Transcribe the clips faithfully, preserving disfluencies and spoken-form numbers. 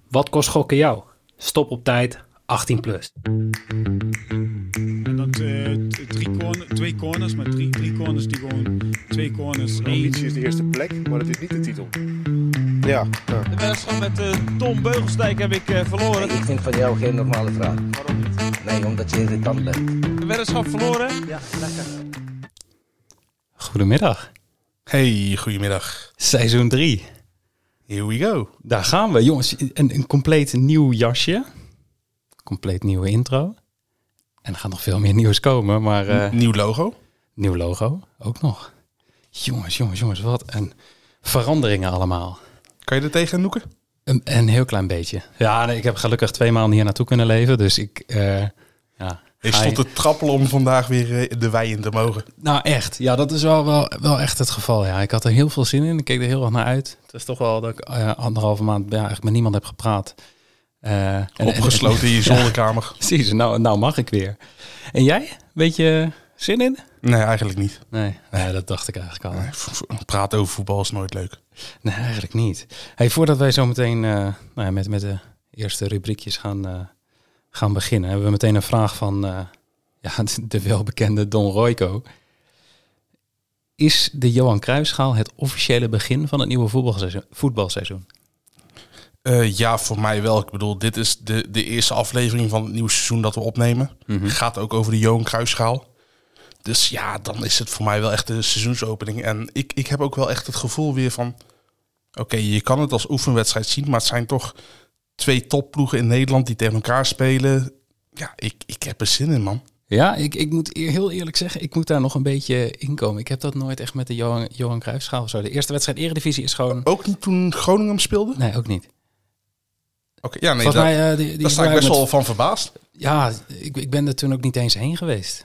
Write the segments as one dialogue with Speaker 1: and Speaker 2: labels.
Speaker 1: Wat kost gokken jou? Stop op tijd, achttien plus.
Speaker 2: En dat uh, drie corner, twee corners, maar drie, drie corners die gewoon twee corners.
Speaker 3: De ambitie is de eerste plek, maar het is niet de titel. Ja. ja.
Speaker 4: De wedstrijd met uh, Tom Beugelsdijk heb ik uh, verloren.
Speaker 5: Nee, ik vind van jou geen normale vraag.
Speaker 4: Waarom niet?
Speaker 5: Nee, omdat je irritant bent.
Speaker 4: De wedstrijd verloren?
Speaker 5: Ja, lekker.
Speaker 1: Goedemiddag.
Speaker 6: Hey, goedemiddag.
Speaker 1: Seizoen drie.
Speaker 6: Here we go.
Speaker 1: Daar gaan we, jongens. Een, een compleet nieuw jasje. Compleet nieuwe intro. En er gaat nog veel meer nieuws komen, maar... Uh,
Speaker 6: Nieuw logo.
Speaker 1: Nieuw logo, ook nog. Jongens, jongens, jongens, wat een veranderingen allemaal.
Speaker 6: Kan je er tegen noeken?
Speaker 1: Een, een heel klein beetje. Ja, nee, ik heb gelukkig twee maanden hier naartoe kunnen leven, dus ik... Uh, ja,
Speaker 6: ik stond te trappelen om vandaag weer de wei in te mogen.
Speaker 1: Nou echt, ja, dat is wel, wel, wel echt het geval. Ja. Ik had er heel veel zin in, ik keek er heel erg naar uit. Het is toch wel dat ik uh, anderhalve maand ja, eigenlijk met niemand heb gepraat. Uh, en,
Speaker 6: Opgesloten en, en, in je zolderkamer.
Speaker 1: Ja, precies, nou, nou mag ik weer. En jij? Weet je zin in?
Speaker 6: Nee, eigenlijk niet.
Speaker 1: Nee, nee dat dacht ik eigenlijk al.
Speaker 6: Nee, praten over voetbal is nooit leuk.
Speaker 1: Nee, eigenlijk niet. Hey, voordat wij zo meteen uh, nou ja, met, met de eerste rubriekjes gaan, uh, gaan beginnen, hebben we meteen een vraag van uh, ja, de welbekende Don Royco. Is de Johan Cruijffschaal het officiële begin van het nieuwe voetbalseizoen? voetbalseizoen?
Speaker 6: Uh, ja, voor mij wel. Ik bedoel, dit is de, de eerste aflevering van het nieuwe seizoen dat we opnemen. Mm-hmm. Gaat ook over de Johan Cruijffschaal. Dus ja, dan is het voor mij wel echt de seizoensopening. En ik, ik heb ook wel echt het gevoel weer van... Oké, okay, je kan het als oefenwedstrijd zien, maar het zijn toch twee topploegen in Nederland die tegen elkaar spelen. Ja, ik, ik heb er zin in, man.
Speaker 1: Ja, ik, ik moet heel eerlijk zeggen, ik moet daar nog een beetje in komen. Ik heb dat nooit echt met de Johan, Johan Cruijffschaal of zo. De eerste wedstrijd Eredivisie is gewoon...
Speaker 6: Ook niet toen Groningen speelde?
Speaker 1: Nee, ook niet.
Speaker 6: Oké, okay, ja, nee, daar, mij, uh, die, die daar sta ik best met... wel van verbaasd.
Speaker 1: Ja, ik, ik ben er toen ook niet eens heen geweest.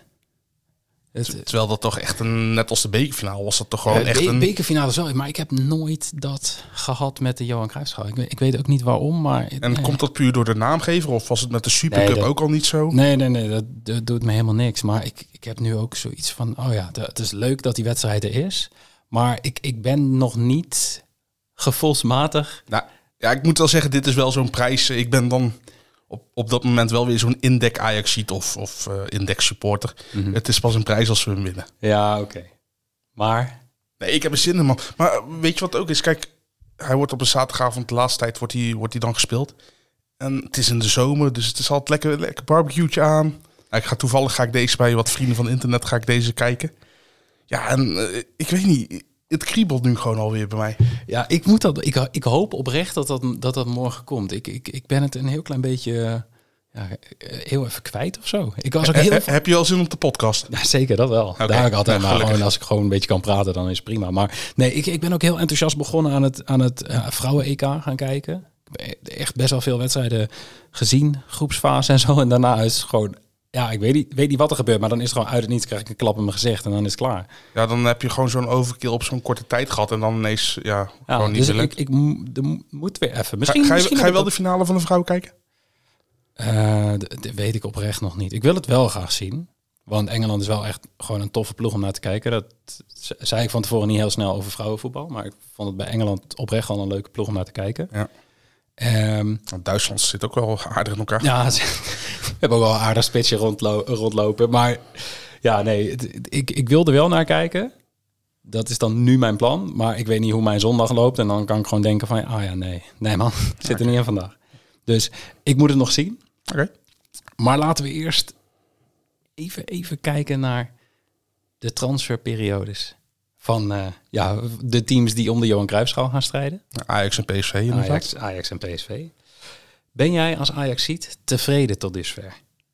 Speaker 6: Het, Terwijl dat toch echt een, net als de bekerfinale was dat toch gewoon uh, echt
Speaker 1: be-
Speaker 6: een...
Speaker 1: bekerfinale is wel, maar ik heb nooit dat gehad met de Johan Cruijffschaal. Ik, ik weet ook niet waarom, maar...
Speaker 6: En nee. Komt dat puur door de naamgever of was het met de Supercup nee, dat, ook al niet zo?
Speaker 1: Nee, nee, nee, dat, dat doet me helemaal niks. Maar ik, ik heb nu ook zoiets van, oh ja, het is leuk dat die wedstrijd er is. Maar ik, ik ben nog niet gevoelsmatig...
Speaker 6: Nou, ja, ik moet wel zeggen, dit is wel zo'n prijs. Ik ben dan... Op, op dat moment wel weer zo'n index Ajaxiet of, of uh, index supporter. Mm-hmm. Het is pas een prijs als we hem winnen.
Speaker 1: Ja, oké. Okay. Maar?
Speaker 6: Nee, ik heb er zin in, man. Maar weet je wat ook is? Kijk, hij wordt op een zaterdagavond, de laatste tijd wordt hij, wordt hij dan gespeeld. En het is in de zomer, dus het is altijd lekker, lekker barbecue'tje aan. Nou, ik ga toevallig, ga ik deze bij wat vrienden van internet, ga ik deze kijken. Ja, en uh, ik weet niet... Het kriebelt nu gewoon alweer bij mij.
Speaker 1: Ja, ik moet dat. Ik, ik hoop oprecht dat dat, dat dat morgen komt. Ik, ik, ik ben het een heel klein beetje ja, heel even kwijt of zo. Ik was ook heel
Speaker 6: he, he, heb je al zin op de podcast?
Speaker 1: Ja, ja, dat wel. Okay. Daar heb ik altijd ja, maar gewoon als ik gewoon een beetje kan praten, dan is het prima. Maar nee, ik, ik ben ook heel enthousiast begonnen aan het, aan het uh, vrouwen-E K gaan kijken. Ik heb echt best wel veel wedstrijden gezien, groepsfase en zo. En daarna is het gewoon... Ja, ik weet niet, weet niet wat er gebeurt, maar dan is het gewoon uit het niets, krijg ik een klap in mijn gezicht en dan is het klaar.
Speaker 6: Ja, dan heb je gewoon zo'n overkill op zo'n korte tijd gehad en dan ineens, ja,
Speaker 1: ja
Speaker 6: gewoon niet
Speaker 1: dus
Speaker 6: willen.
Speaker 1: ik, ik de, moet weer even. Misschien,
Speaker 6: ga, ga,
Speaker 1: misschien
Speaker 6: je, ga je wel de finale van de vrouw kijken?
Speaker 1: Uh, dat weet ik oprecht nog niet. Ik wil het wel graag zien, want Engeland is wel echt gewoon een toffe ploeg om naar te kijken. Dat zei ik van tevoren niet heel snel over vrouwenvoetbal, maar ik vond het bij Engeland oprecht wel een leuke ploeg om naar te kijken.
Speaker 6: Ja.
Speaker 1: Um,
Speaker 6: Duitsland zit ook wel aardig in elkaar.
Speaker 1: Ja, we hebben ook wel een aardig spitsje rondlo- rondlopen. Maar ja, nee, het, het, ik, ik wil er wel naar kijken. Dat is dan nu mijn plan. Maar ik weet niet hoe mijn zondag loopt. En dan kan ik gewoon denken van, ah ja, nee. Nee man, zit er okay. niet in vandaag. Dus ik moet het nog zien.
Speaker 6: Okay.
Speaker 1: Maar laten we eerst even, even kijken naar de transferperiodes. Van uh, ja, de teams die om de Johan Cruijffschaal gaan strijden.
Speaker 6: Ajax en P S V inderdaad.
Speaker 1: Ajax, Ajax en P S V. Ben jij als Ajaxiet tevreden tot dusver?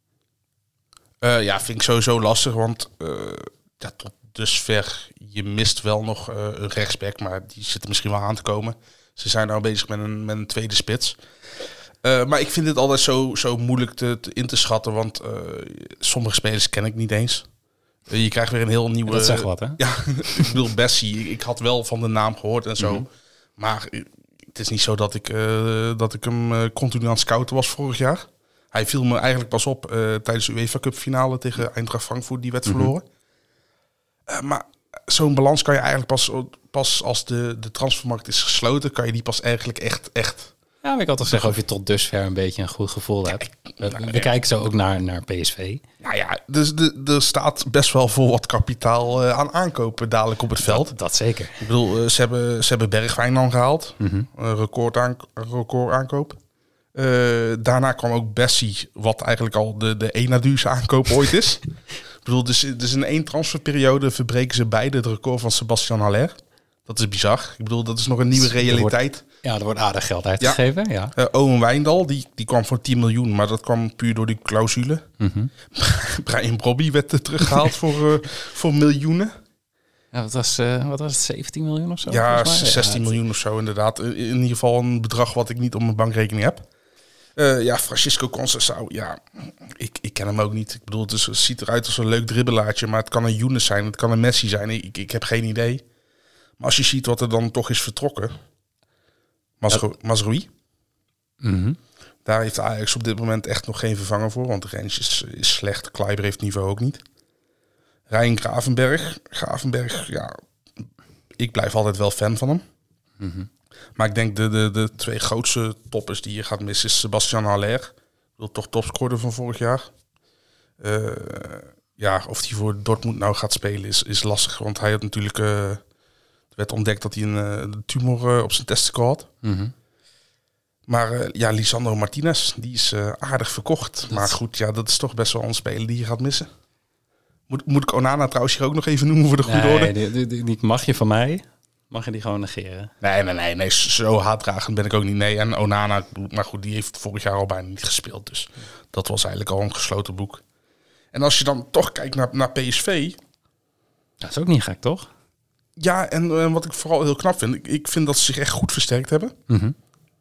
Speaker 6: Uh, ja, vind ik sowieso lastig. Want uh, ja, tot dusver, je mist wel nog uh, een rechtsback. Maar die zit er misschien wel aan te komen. Ze zijn nou bezig met een, met een tweede spits. Uh, maar ik vind het altijd zo, zo moeilijk te, te in te schatten. Want uh, sommige spelers ken ik niet eens. Je krijgt weer een heel nieuwe...
Speaker 1: Dat zegt wat, hè?
Speaker 6: Ja, ik bedoel, Bessie. Ik had wel van de naam gehoord en zo. Mm-hmm. Maar het is niet zo dat ik, uh, dat ik hem uh, continu aan het scouten was vorig jaar. Hij viel me eigenlijk pas op uh, tijdens de UEFA Cup finale tegen Eintracht Frankfurt. Die werd mm-hmm. verloren. Uh, maar zo'n balans kan je eigenlijk pas, pas als de, de transfermarkt is gesloten... kan je die pas eigenlijk echt, echt
Speaker 1: Ja, maar ik had toch zeggen of je tot dusver een beetje een goed gevoel hebt. We, we kijken zo ook naar, naar P S V.
Speaker 6: Nou ja, dus de, er staat best wel voor wat kapitaal uh, aan aankopen dadelijk op het veld.
Speaker 1: Dat, dat zeker.
Speaker 6: Ik bedoel, uh, ze, hebben, ze hebben Bergwijn dan gehaald. Mm-hmm. Een record, aan, record aankoop. Uh, daarna kwam ook Bessie, wat eigenlijk al de, de ene duurste aankoop ooit is. Ik bedoel, dus, dus in één transferperiode verbreken ze beide het record van Sebastian Haller. Dat is bizar. Ik bedoel, dat is nog een nieuwe realiteit.
Speaker 1: Er wordt, ja, er wordt aardig geld uitgegeven. Ja.
Speaker 6: Ja. Uh, Owen Wijndal, die, die kwam voor tien miljoen, maar dat kwam puur door die clausule. Mm-hmm. Brian Brobby werd er teruggehaald voor, uh, voor miljoenen.
Speaker 1: Ja, wat was, uh, wat was het, zeventien miljoen of zo?
Speaker 6: Ja, zestien miljoen of zo inderdaad. In ieder geval een bedrag wat ik niet op mijn bankrekening heb. Uh, ja, Francisco Conceição, ja, ik, ik ken hem ook niet. Ik bedoel, het, is, het ziet eruit als een leuk dribbelaartje, maar het kan een Younes zijn, het kan een Messi zijn. Ik, ik heb geen idee. Maar als je ziet wat er dan toch is vertrokken, Mazro- Mazraoui,
Speaker 1: mm-hmm.
Speaker 6: daar heeft Ajax op dit moment echt nog geen vervanger voor, want de range is, is slecht. Kleiber heeft niveau ook niet. Ryan Gravenberg, Gravenberg, ja, ik blijf altijd wel fan van hem.
Speaker 1: Mm-hmm.
Speaker 6: Maar ik denk de, de, de twee grootste toppers die je gaat missen is Sebastian Haller. Wil toch topscorer van vorig jaar. Uh, ja, of hij voor Dortmund nou gaat spelen is, is lastig. Want hij had natuurlijk... Uh, er werd ontdekt dat hij een uh, tumor uh, op zijn testikel had.
Speaker 1: Mm-hmm.
Speaker 6: Maar uh, ja, Lisandro Martinez, die is uh, aardig verkocht. Dat... Maar goed, ja, dat is toch best wel een speler die je gaat missen. Moet, moet ik Onana trouwens hier ook nog even noemen voor de goede
Speaker 1: nee,
Speaker 6: orde?
Speaker 1: Die, die, die, die mag je van mij... Mag je die gewoon negeren?
Speaker 6: Nee, nee, nee, nee, zo haatdragend ben ik ook niet. Nee, en Onana, maar goed, die heeft vorig jaar al bijna niet gespeeld. Dus dat was eigenlijk al een gesloten boek. En als je dan toch kijkt naar, naar P S V...
Speaker 1: Dat is ook niet gek, toch?
Speaker 6: Ja, en uh, wat ik vooral heel knap vind... Ik, ik vind dat ze zich echt goed versterkt hebben.
Speaker 1: Mm-hmm.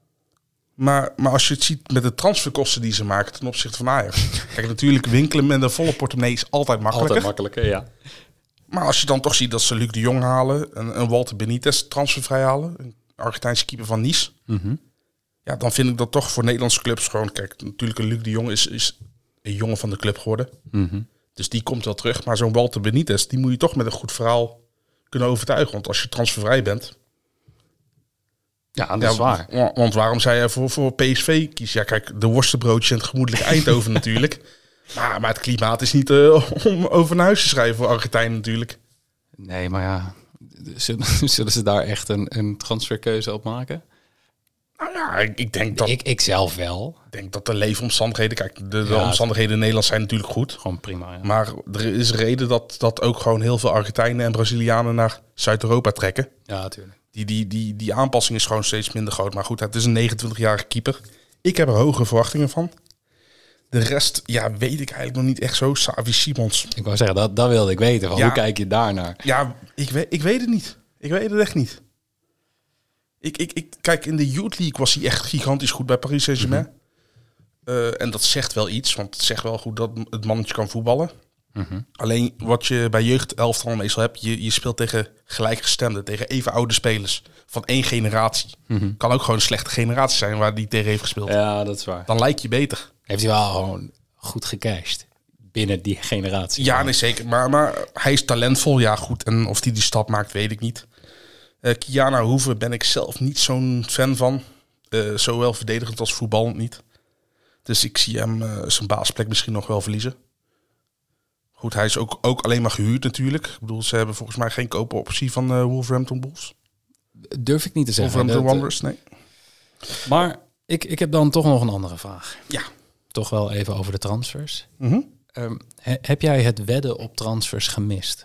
Speaker 6: Maar, maar als je het ziet met de transferkosten die ze maken ten opzichte van Ajax... Kijk, natuurlijk winkelen met een volle portemonnee is altijd makkelijker.
Speaker 1: Altijd makkelijker, ja.
Speaker 6: Maar als je dan toch ziet dat ze Luc de Jong halen... en, en Walter Benitez transfervrij halen... een Argentijnse keeper van Nice...
Speaker 1: Mm-hmm.
Speaker 6: Ja, dan vind ik dat toch voor Nederlandse clubs gewoon... Kijk, natuurlijk een Luc de Jong is, is een jongen van de club geworden.
Speaker 1: Mm-hmm.
Speaker 6: Dus die komt wel terug. Maar zo'n Walter Benitez, die moet je toch met een goed verhaal kunnen overtuigen. Want als je transfervrij bent...
Speaker 1: Ja, dat
Speaker 6: ja,
Speaker 1: is waar.
Speaker 6: Want, want waarom zou je voor, voor P S V kiezen? Ja, kijk, de worstenbroodjes en het gemoedelijk Eindhoven natuurlijk... Maar, maar het klimaat is niet uh, om over naar huis te schrijven voor Argentijn natuurlijk.
Speaker 1: Nee, maar ja, zullen, zullen ze daar echt een, een transferkeuze op maken?
Speaker 6: Nou ja, ik, ik denk dat...
Speaker 1: Ik, ik zelf wel.
Speaker 6: Ik denk dat de leefomstandigheden... Kijk, de, de
Speaker 1: ja,
Speaker 6: omstandigheden in Nederland zijn natuurlijk goed.
Speaker 1: Gewoon prima, ja.
Speaker 6: Maar er is reden dat, dat ook gewoon heel veel Argentijnen en Brazilianen naar Zuid-Europa trekken.
Speaker 1: Ja, natuurlijk.
Speaker 6: Die, die, die, die aanpassing is gewoon steeds minder groot. Maar goed, het is een negenentwintigjarige keeper. Ik heb er hoge verwachtingen van. De rest, ja, weet ik eigenlijk nog niet echt zo. Xavi Simons.
Speaker 1: Ik wou zeggen, dat, dat wilde ik weten. Van,
Speaker 6: Ja.
Speaker 1: Hoe kijk je daarnaar?
Speaker 6: Ja, ik weet, ik weet het niet. Ik weet het echt niet. Ik, ik, ik, kijk, in de Youth League was hij echt gigantisch goed bij Paris Saint-Germain. Mm-hmm. Uh, en dat zegt wel iets, want het zegt wel goed dat het mannetje kan voetballen.
Speaker 1: Mm-hmm.
Speaker 6: Alleen wat je bij jeugdelftal meestal hebt, je, je speelt tegen gelijkgestemden, tegen even oude spelers van één generatie.
Speaker 1: Mm-hmm.
Speaker 6: Kan ook gewoon een slechte generatie zijn waar die tegen heeft gespeeld.
Speaker 1: Ja, dat is waar.
Speaker 6: Dan lijkt je beter.
Speaker 1: Heeft hij wel gewoon goed gecashed binnen die generatie.
Speaker 6: Ja, nee, zeker. Maar, maar hij is talentvol, ja goed. En of hij die stap maakt, weet ik niet. Uh, Kiana Hoeven ben ik zelf niet zo'n fan van. Uh, zowel verdedigend als voetballend niet. Dus ik zie hem uh, zijn baasplek misschien nog wel verliezen. Goed, hij is ook, ook alleen maar gehuurd natuurlijk. Ik bedoel, ze hebben volgens mij geen koopoptie van uh, Wolverhampton Bulls.
Speaker 1: Durf ik niet te zeggen.
Speaker 6: Wolverhampton Wanderers, nee.
Speaker 1: Maar ik, ik heb dan toch nog een andere vraag.
Speaker 6: Ja.
Speaker 1: Toch wel even over de transfers.
Speaker 6: Mm-hmm.
Speaker 1: Um, he, heb jij het wedden op transfers gemist?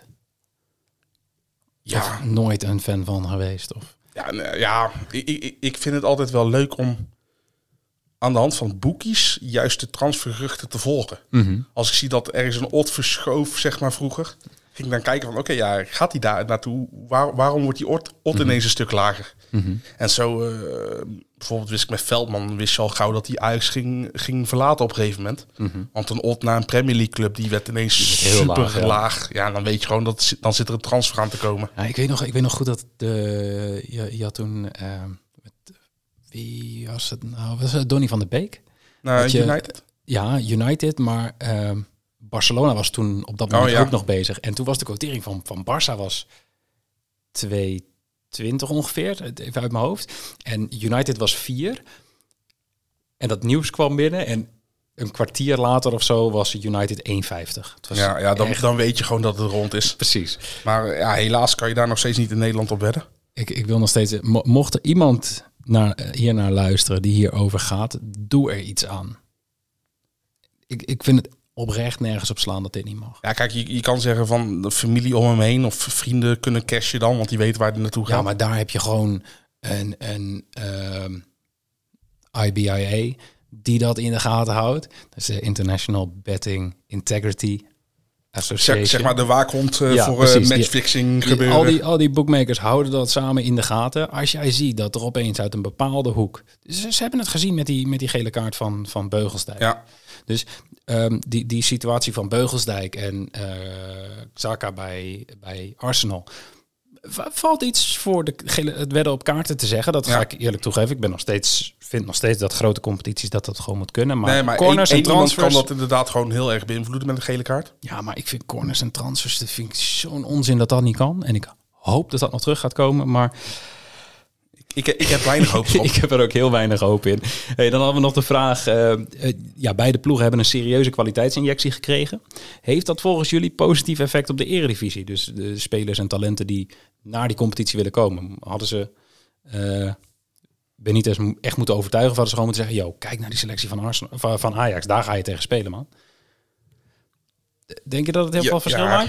Speaker 6: Ja.
Speaker 1: Of nooit een fan van geweest? Of?
Speaker 6: Ja, nee, ja ik, ik, ik vind het altijd wel leuk om aan de hand van boekies juist de transfergeruchten te volgen.
Speaker 1: Mm-hmm.
Speaker 6: Als ik zie dat ergens een odd verschoof, zeg maar vroeger, ging ik dan kijken van, oké, okay, ja, gaat hij daar naartoe? Waar, waarom wordt die odd, odd
Speaker 1: mm-hmm.
Speaker 6: ineens een stuk lager?
Speaker 1: Mm-hmm.
Speaker 6: En zo, uh, bijvoorbeeld wist ik met Veldman, wist je al gauw dat hij Ajax ging, ging verlaten op een gegeven moment. Mm-hmm. Want een odd naar een Premier League club, die werd ineens heel super laag, ja. laag. Ja, dan weet je gewoon, dat dan zit er een transfer aan te komen.
Speaker 1: Ja, ik, weet nog, ik weet nog goed dat de, je, je had toen... Uh, wie was het nou? Was het Donny van der Beek?
Speaker 6: Nou,
Speaker 1: je,
Speaker 6: United.
Speaker 1: Ja, United, maar uh, Barcelona was toen op dat moment oh, ja. ook nog bezig. En toen was de quotering van, van Barça was twee twintig ongeveer, even uit mijn hoofd. En United was vier. En dat nieuws kwam binnen en een kwartier later of zo was United één vijftig. Het was
Speaker 6: Ja, ja dan,
Speaker 1: echt...
Speaker 6: dan weet je gewoon dat het rond is.
Speaker 1: Precies.
Speaker 6: Maar ja, helaas kan je daar nog steeds niet in Nederland op wedden.
Speaker 1: Ik, ik wil nog steeds... Mo- mocht er iemand naar, hier naar luisteren die hierover gaat, doe er iets aan. Ik, ik vind het oprecht nergens op slaan dat dit niet mag.
Speaker 6: Ja, kijk, je, je kan zeggen van de familie om hem heen of vrienden kunnen cashen dan, want die weten waar hij naartoe gaat.
Speaker 1: Ja, maar daar heb je gewoon een, een um, I B I A die dat in de gaten houdt. Dat is de International Betting Integrity Association.
Speaker 6: Zeg, zeg maar de waakhond uh,
Speaker 1: Ja,
Speaker 6: voor
Speaker 1: precies.
Speaker 6: uh, matchfixing
Speaker 1: Die-
Speaker 6: gebeuren.
Speaker 1: Al die, al die bookmakers houden dat samen in de gaten. Als jij ziet dat er opeens uit een bepaalde hoek... Ze, ze hebben het gezien met die, met die gele kaart van, van Beugelsdijk.
Speaker 6: Ja,
Speaker 1: Dus um, die, die situatie van Beugelsdijk en uh, Xhaka bij, bij Arsenal... v- valt iets voor de gele, het wedden op kaarten te zeggen. Dat ga
Speaker 6: Ja.
Speaker 1: ik eerlijk toegeven. Ik ben nog steeds, vind nog steeds dat grote competities dat dat gewoon moet kunnen. Maar,
Speaker 6: nee, maar
Speaker 1: corners
Speaker 6: één,
Speaker 1: en
Speaker 6: één iemand
Speaker 1: transfers...
Speaker 6: kan dat inderdaad gewoon heel erg beïnvloeden met een gele kaart.
Speaker 1: Ja, maar ik vind corners en transfers, dat vind ik zo'n onzin dat dat niet kan. En ik hoop dat dat nog terug gaat komen, maar
Speaker 6: Ik, ik heb weinig hoop op.
Speaker 1: ik heb er ook heel weinig hoop in. Hey, dan hadden we nog de vraag, uh, uh, ja, beide ploegen hebben een serieuze kwaliteitsinjectie gekregen. Heeft dat volgens jullie positief effect op de eredivisie? Dus de spelers en talenten die naar die competitie willen komen. Hadden ze uh, Benitez echt moeten overtuigen of hadden ze gewoon moeten zeggen, yo, kijk naar die selectie van, Arsenal, van, van Ajax, daar ga je tegen spelen, man. Denk je dat het heel
Speaker 6: Ja,
Speaker 1: veel verschil
Speaker 6: ja.
Speaker 1: maakt?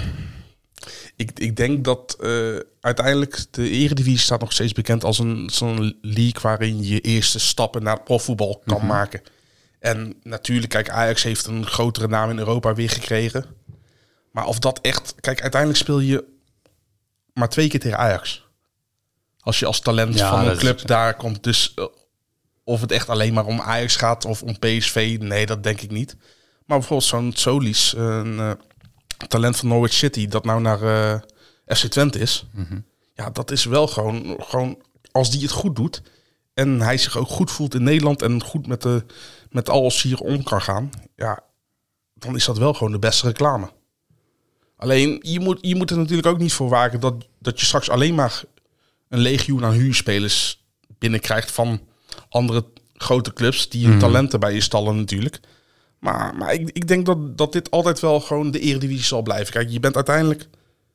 Speaker 6: Ik, ik denk dat uh, uiteindelijk de Eredivisie staat nog steeds bekend als een zo'n league waarin je eerste stappen naar het profvoetbal kan
Speaker 1: Mm-hmm.
Speaker 6: maken. En natuurlijk, kijk, Ajax heeft een grotere naam in Europa weer gekregen. Maar of dat echt... Kijk, uiteindelijk speel je maar twee keer tegen Ajax. Als je als talent
Speaker 1: Ja,
Speaker 6: van
Speaker 1: dat
Speaker 6: een
Speaker 1: is
Speaker 6: club
Speaker 1: ook zo.
Speaker 6: daar komt. Dus uh, of het echt alleen maar om Ajax gaat of om P S V, nee, dat denk ik niet. Maar bijvoorbeeld zo'n Solis, een uh, talent van Norwich City, dat nou naar uh, F C Twente is.
Speaker 1: Mhm.
Speaker 6: Ja, dat is wel gewoon, gewoon als die het goed doet en hij zich ook goed voelt in Nederland en goed met, de, met alles hier om kan gaan, ja, dan is dat wel gewoon de beste reclame. Alleen, je moet, je moet er natuurlijk ook niet voor waken dat, dat je straks alleen maar een legioen aan huurspelers binnenkrijgt van andere grote clubs die hun
Speaker 1: Mhm.
Speaker 6: talenten bij je stallen natuurlijk. Maar, maar ik, ik denk dat, dat dit altijd wel gewoon de Eredivisie zal blijven. Kijk, je bent uiteindelijk...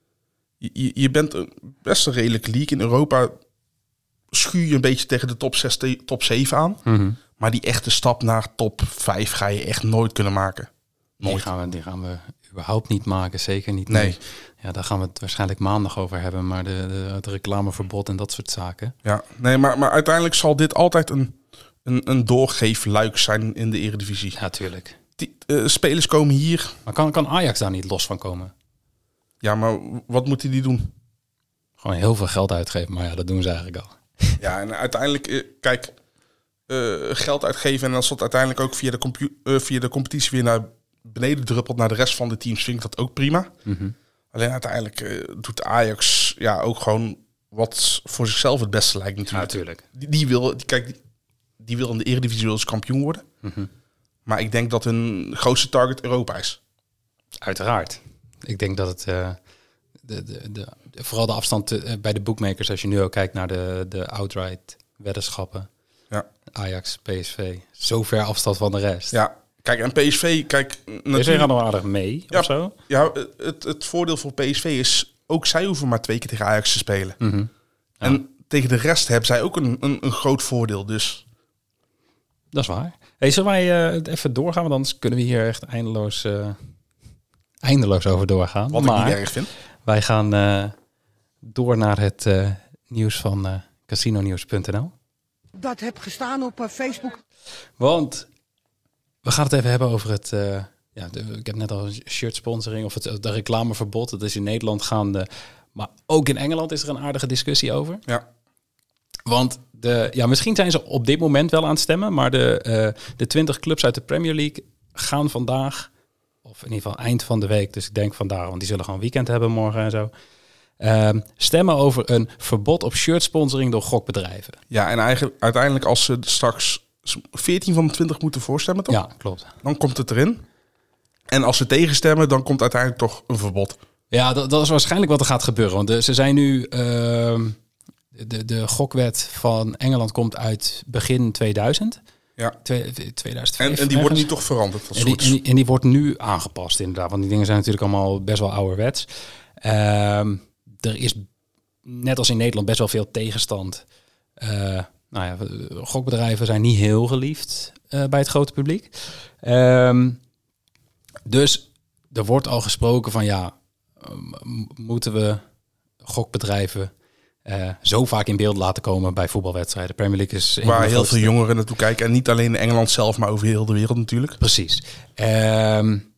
Speaker 6: Je, je bent een best een redelijke league. In Europa schuur je een beetje tegen de top zes, top zeven aan.
Speaker 1: Mhm.
Speaker 6: Maar die echte stap naar top vijf ga je echt nooit kunnen maken.
Speaker 1: Die
Speaker 6: Nooit.
Speaker 1: gaan, we, die gaan we überhaupt niet maken, zeker niet.
Speaker 6: Nee.
Speaker 1: nu. Ja, daar gaan we het waarschijnlijk maandag over hebben, maar de, de, het reclameverbod en dat soort zaken.
Speaker 6: Ja, nee, maar, maar uiteindelijk zal dit altijd een, een, een doorgeefluik zijn in de Eredivisie.
Speaker 1: Ja, tuurlijk.
Speaker 6: Die, uh, spelers komen hier.
Speaker 1: Maar kan, kan Ajax daar niet los van komen?
Speaker 6: Ja, maar wat moeten die doen?
Speaker 1: Gewoon heel veel geld uitgeven, maar ja, dat doen ze eigenlijk al.
Speaker 6: Ja, en uiteindelijk, uh, kijk, uh, geld uitgeven en als dat uiteindelijk ook via de, compu- uh, via de competitie weer naar beneden druppelt naar de rest van de teams, vind ik dat ook prima.
Speaker 1: Mm-hmm.
Speaker 6: Alleen uiteindelijk uh, doet Ajax ja ook gewoon wat voor zichzelf het beste lijkt
Speaker 1: Ja,
Speaker 6: natuurlijk.
Speaker 1: natuurlijk.
Speaker 6: Die, die wil, die, kijk, die, die wil in de Eredivisie als kampioen worden.
Speaker 1: Mm-hmm.
Speaker 6: Maar ik denk dat hun grootste target Europa is.
Speaker 1: Uiteraard. Ik denk dat het... Uh, de, de, de, vooral de afstand uh, bij de bookmakers, als je nu ook kijkt naar de, de outright weddenschappen.
Speaker 6: Ja.
Speaker 1: Ajax, P S V. Zo ver afstand van de rest.
Speaker 6: Ja, kijk, en P S V, kijk...
Speaker 1: P S V
Speaker 6: natuurlijk-
Speaker 1: gaat nog aardig mee,
Speaker 6: Ja.
Speaker 1: of zo.
Speaker 6: Ja, het, het voordeel voor P S V is, ook zij hoeven maar twee keer tegen Ajax te spelen.
Speaker 1: Mm-hmm. Ja.
Speaker 6: En tegen de rest hebben zij ook een, een, een groot voordeel. Dus
Speaker 1: Dat is waar. Hey, zullen wij uh, even doorgaan? Want anders kunnen we hier echt eindeloos, uh, eindeloos over doorgaan.
Speaker 6: wat
Speaker 1: maar
Speaker 6: ik niet erg vind.
Speaker 1: wij gaan uh, door naar het uh, nieuws van uh, casino nieuws punt n l.
Speaker 7: Dat heb gestaan op uh, Facebook.
Speaker 1: Want we gaan het even hebben over het... Uh, ja, de, ik heb net al shirt sponsoring of het, het reclameverbod. Dat is in Nederland gaande. Maar ook in Engeland is er een aardige discussie over.
Speaker 6: Ja.
Speaker 1: Want de, ja, misschien zijn ze op dit moment wel aan het stemmen, maar de, uh, de twintig clubs uit de Premier League gaan vandaag, of in ieder geval eind van de week, dus ik denk vandaag, want die zullen gewoon weekend hebben morgen en zo, uh, stemmen over een verbod op shirtsponsoring door gokbedrijven.
Speaker 6: Ja, en eigenlijk, uiteindelijk als ze straks veertien van de twintig moeten voorstemmen, toch?
Speaker 1: Ja, klopt.
Speaker 6: Dan komt het erin. En als ze tegenstemmen, dan komt uiteindelijk toch een verbod.
Speaker 1: Ja, dat, dat is waarschijnlijk wat er gaat gebeuren. Want de, ze zijn nu... Uh, de, de gokwet van Engeland komt uit begin tweeduizend.
Speaker 6: Ja.
Speaker 1: tweeduizend vijf.
Speaker 6: En, en die wordt nu toch veranderd?
Speaker 1: En die, en, die, en die wordt nu aangepast inderdaad. Want die dingen zijn natuurlijk allemaal best wel ouderwets. Um, er is net als in Nederland best wel veel tegenstand. Uh, nou ja, gokbedrijven zijn niet heel geliefd uh, bij het grote publiek. Um, dus er wordt al gesproken van ja, m- moeten we gokbedrijven uh, zo vaak in beeld laten komen bij voetbalwedstrijden. Premier League is
Speaker 6: waar heel grootste... veel jongeren naartoe kijken. En niet alleen in Engeland zelf, maar over heel de wereld natuurlijk.
Speaker 1: Precies. Um,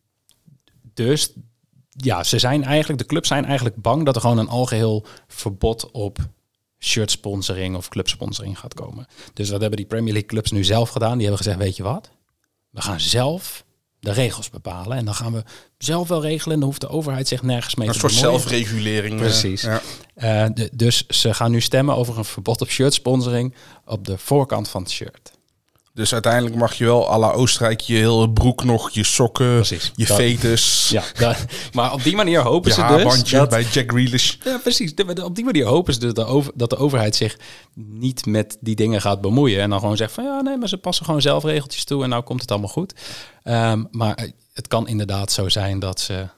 Speaker 1: dus ja, ze zijn eigenlijk, de clubs zijn eigenlijk bang dat er gewoon een algeheel verbod op shirtsponsoring of clubsponsoring gaat komen. Dus wat hebben die Premier League clubs nu zelf gedaan? Die hebben gezegd, weet je wat? We gaan zelf de regels bepalen en dan gaan we zelf wel regelen en dan hoeft de overheid zich nergens mee
Speaker 6: een
Speaker 1: te
Speaker 6: bemoeien. Een soort zelfregulering.
Speaker 1: Precies.
Speaker 6: Ja.
Speaker 1: Uh, de, dus ze gaan nu stemmen over een verbod op shirtsponsoring op de voorkant van het shirt.
Speaker 6: Dus uiteindelijk mag je wel à la Oostenrijk je hele broek nog, je sokken,
Speaker 1: precies,
Speaker 6: je
Speaker 1: dat,
Speaker 6: fetus.
Speaker 1: Ja, dat, maar op die manier hopen
Speaker 6: je
Speaker 1: ze
Speaker 6: haarbandje
Speaker 1: dus... dat,
Speaker 6: bij Jack Grealish.
Speaker 1: Ja, precies. Op die manier hopen ze dus dat de, over, dat de overheid zich niet met die dingen gaat bemoeien. En dan gewoon zegt van ja, nee, maar ze passen gewoon zelf regeltjes toe en nou komt het allemaal goed. Um, maar het kan inderdaad zo zijn dat ze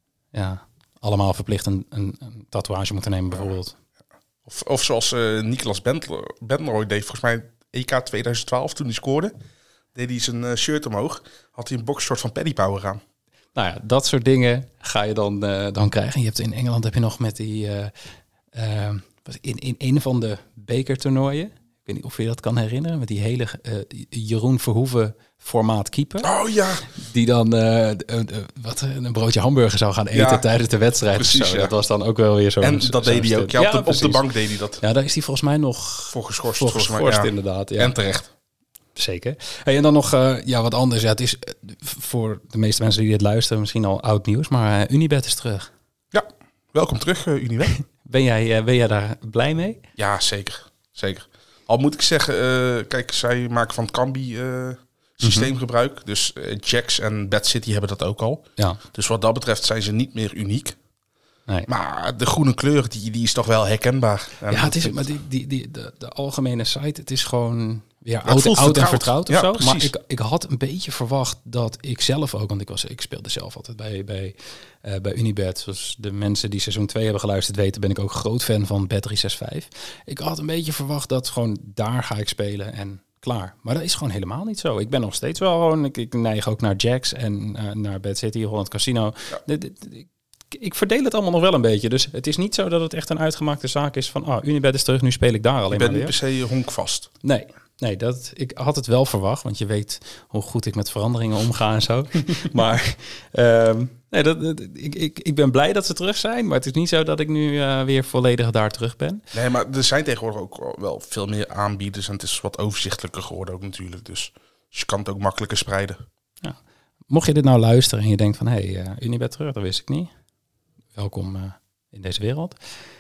Speaker 1: ja, allemaal verplicht een, een, een tatoeage moeten nemen bijvoorbeeld.
Speaker 6: Of, of zoals uh, Niklas Bentler, Bentler deed, volgens mij E K tweeduizend twaalf, toen hij scoorde, deed hij zijn uh, shirt omhoog, had hij een boxshort van Paddy Power aan.
Speaker 1: Nou ja, dat soort dingen ga je dan, uh, dan krijgen. Je hebt in Engeland heb je nog met die uh, uh, in, in een van de bekertoernooien, ik weet niet of je dat kan herinneren, met die hele uh, Jeroen Verhoeven formaat keeper.
Speaker 6: Oh ja.
Speaker 1: Die dan uh, uh, uh, wat, een broodje hamburger zou gaan eten ja, tijdens de wedstrijd.
Speaker 6: Precies,
Speaker 1: zo.
Speaker 6: Ja.
Speaker 1: Dat was dan ook wel weer zo.
Speaker 6: En dat deed hij ook. Ja, op, de,
Speaker 1: ja,
Speaker 6: op de bank deed hij dat.
Speaker 1: Ja, daar is hij volgens mij nog
Speaker 6: voor geschorst.
Speaker 1: Voor geschorst
Speaker 6: mij, ja.
Speaker 1: inderdaad. Ja.
Speaker 6: En terecht.
Speaker 1: Zeker. Hey, en dan nog uh, ja, wat anders. Ja, het is uh, voor de meeste mensen die dit luisteren misschien al oud nieuws, maar uh, Unibet is terug.
Speaker 6: Ja, welkom terug uh, Unibet.
Speaker 1: ben, jij, uh, ben jij daar blij mee?
Speaker 6: Ja, zeker. Zeker. Al moet ik zeggen, uh, kijk, zij maken van het Kambi uh, systeem mm-hmm. gebruik. Dus uh, Jacks en Bad City hebben dat ook al.
Speaker 1: Ja.
Speaker 6: Dus wat dat betreft zijn ze niet meer uniek.
Speaker 1: Nee.
Speaker 6: Maar de groene kleur, die, die is toch wel herkenbaar.
Speaker 1: En ja, het is, maar die, die, die, de, de algemene site, het is gewoon weer
Speaker 6: ja,
Speaker 1: oud, oud en vertrouwd of
Speaker 6: ja,
Speaker 1: zo.
Speaker 6: Precies.
Speaker 1: Maar ik, ik had een beetje verwacht dat ik zelf ook, want ik, was, ik speelde zelf altijd bij, bij, uh, bij Unibet. Zoals de mensen die seizoen twee hebben geluisterd weten, ben ik ook groot fan van Bet drie zes vijf. Ik had een beetje verwacht dat gewoon daar ga ik spelen en klaar. Maar dat is gewoon helemaal niet zo. Ik ben nog steeds wel gewoon, ik, ik neig ook naar Jacks en uh, naar Bad City, Holland Casino. Ja. De, de, de, Ik verdeel het allemaal nog wel een beetje. Dus het is niet zo dat het echt een uitgemaakte zaak is van... ah, Unibet is terug, nu speel ik daar alleen maar weer.
Speaker 6: Je bent niet per se honkvast.
Speaker 1: Nee, nee dat, ik had het wel verwacht. Want je weet hoe goed ik met veranderingen omga en zo. maar um, nee, dat, dat, ik, ik, ik ben blij dat ze terug zijn. Maar het is niet zo dat ik nu uh, weer volledig daar terug ben.
Speaker 6: Nee, maar er zijn tegenwoordig ook wel veel meer aanbieders. En het is wat overzichtelijker geworden ook natuurlijk. Dus, dus je kan het ook makkelijker spreiden.
Speaker 1: Ja. Mocht je dit nou luisteren en je denkt van... hé, hey, uh, Unibet terug, dat wist ik niet... Welkom uh, in deze wereld.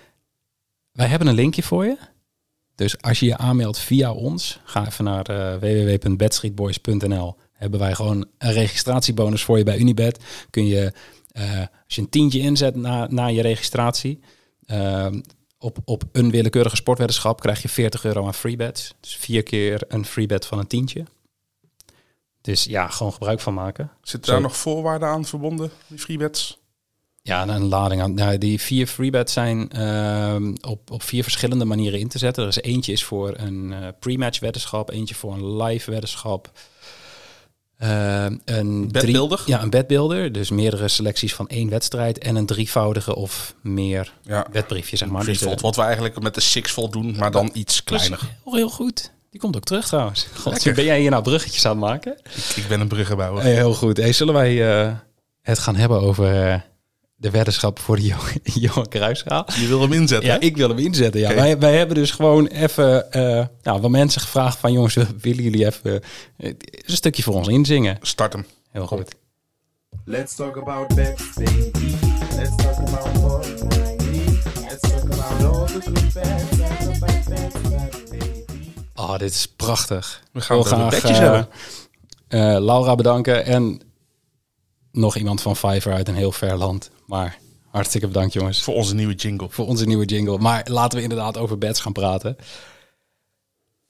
Speaker 1: Wij hebben een linkje voor je. Dus als je je aanmeldt via ons, ga even naar uh, w w w punt bedstreetboys punt n l. Hebben wij gewoon een registratiebonus voor je bij Unibet. Kun je, uh, als je een tientje inzet na, na je registratie, uh, op, op een willekeurige sportweddenschap krijg je veertig euro aan freebets. Dus vier keer een freebet van een tientje. Dus ja, gewoon gebruik van maken.
Speaker 6: Zitten daar Zo. nog voorwaarden aan verbonden, die freebets?
Speaker 1: Ja, een lading aan. Nou, die vier freebets zijn uh, op, op vier verschillende manieren in te zetten. Er is eentje is voor een uh, pre-match weddenschap, eentje voor een live weddenschap. Uh, een
Speaker 6: bedbuilder?
Speaker 1: Drie, ja, een bedbuilder. Dus meerdere selecties van één wedstrijd en een drievoudige of meer
Speaker 6: ja.
Speaker 1: bedbriefje, zeg maar.
Speaker 6: Dus, uh, wat we eigenlijk met de Sixfold doen, maar dan iets kleiner.
Speaker 1: Heel, heel goed. Die komt ook terug trouwens. God, ben jij hier nou bruggetjes aan het maken?
Speaker 6: Ik, ik ben een bruggenbouwer.
Speaker 1: Hey, heel goed. Hey, zullen wij uh, het gaan hebben over... Uh, de weddenschap voor de Johan Cruijffschaal.
Speaker 6: Je wil hem inzetten?
Speaker 1: Ja, ik wil hem inzetten. Ja. Okay. Wij, wij hebben dus gewoon even uh, nou, wat mensen gevraagd van... jongens, willen jullie even uh, een stukje voor ons inzingen?
Speaker 6: Start hem.
Speaker 1: Heel
Speaker 6: Kom.
Speaker 1: goed.
Speaker 8: Let's talk about bets, baby. Let's talk about more money. Let's talk about all the good bets and the bad bets, baby.
Speaker 1: Oh, dit is prachtig.
Speaker 6: We gaan
Speaker 1: graag
Speaker 6: betjes
Speaker 1: uh,
Speaker 6: hebben.
Speaker 1: Uh, Laura bedanken en... nog iemand van Fiverr uit een heel ver land. Maar hartstikke bedankt, jongens.
Speaker 6: Voor onze nieuwe jingle.
Speaker 1: Voor onze nieuwe jingle. Maar laten we inderdaad over bets gaan praten.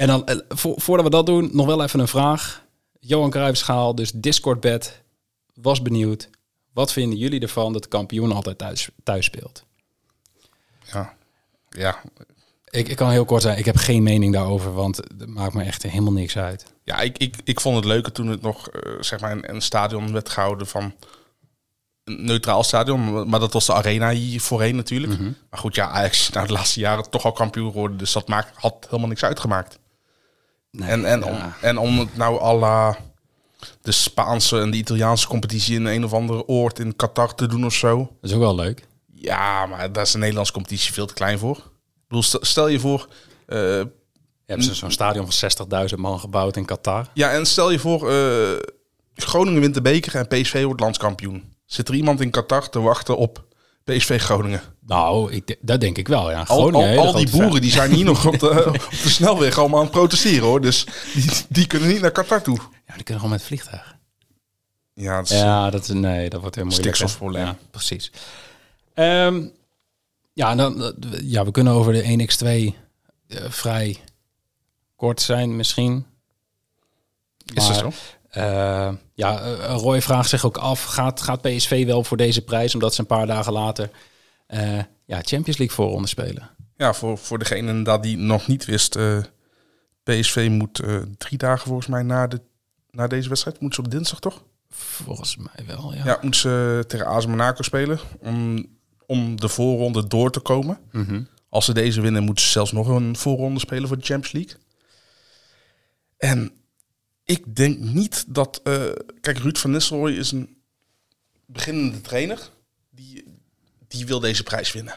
Speaker 1: En dan, uh, vo- voordat we dat doen, nog wel even een vraag. Johan Cruijffschaal, dus Discordbed, was benieuwd. Wat vinden jullie ervan dat de kampioen altijd thuis, thuis speelt?
Speaker 6: Ja, ja.
Speaker 1: Ik, ik kan heel kort zijn, ik heb geen mening daarover, want het maakt me echt helemaal niks uit.
Speaker 6: Ja, ik, ik, ik vond het leuker toen het nog uh, zeg maar een, een stadion werd gehouden van een neutraal stadion. Maar dat was de Arena hier voorheen natuurlijk. Mm-hmm. Maar goed, ja, Ajax nou de laatste jaren toch al kampioen geworden. Dus dat maakt, had helemaal niks uitgemaakt. Nee, en, en, ja. om, en om het nou à la de Spaanse en de Italiaanse competitie in een of andere oord in Qatar te doen of zo.
Speaker 1: Dat is ook wel leuk.
Speaker 6: Ja, maar daar is de Nederlandse competitie veel te klein voor. Ik bedoel, stel je voor... Uh,
Speaker 1: je hebt zo'n stadion van zestigduizend man gebouwd in Qatar.
Speaker 6: Ja, en stel je voor... Uh, Groningen wint de beker en P S V wordt landskampioen. Zit er iemand in Qatar te wachten op P S V Groningen?
Speaker 1: Nou, ik, dat denk ik wel, ja.
Speaker 6: Al, al, al die boeren die zijn hier nog op de, op de snelweg allemaal aan het protesteren, hoor. Dus die, die kunnen niet naar Qatar toe.
Speaker 1: Ja, die kunnen gewoon met het vliegtuig.
Speaker 6: Ja, dat is,
Speaker 1: ja, dat is, nee, dat wordt heel moeilijk.
Speaker 6: Stikstofprobleem.
Speaker 1: Ja, precies. Um, ja, dan, ja, we kunnen over de één bij twee uh, vrij kort zijn misschien.
Speaker 6: Is dat zo?
Speaker 1: Uh, ja, uh, Roy vraagt zich ook af, gaat, gaat P S V wel voor deze prijs, omdat ze een paar dagen later uh, ja, Champions League voorronde spelen?
Speaker 6: Ja, voor, voor degene dat die nog niet wist, uh, P S V moet uh, drie dagen volgens mij na, de, na deze wedstrijd, moet ze op dinsdag toch?
Speaker 1: Volgens mij wel, ja.
Speaker 6: Ja, moet ze tegen A S Monaco spelen om, om de voorronde door te komen.
Speaker 1: Mm-hmm.
Speaker 6: Als ze deze winnen, moeten ze zelfs nog een voorronde spelen voor de Champions League. En ik denk niet dat... Uh, kijk, Ruud van Nistelrooy is een beginnende trainer. Die, die wil deze prijs winnen.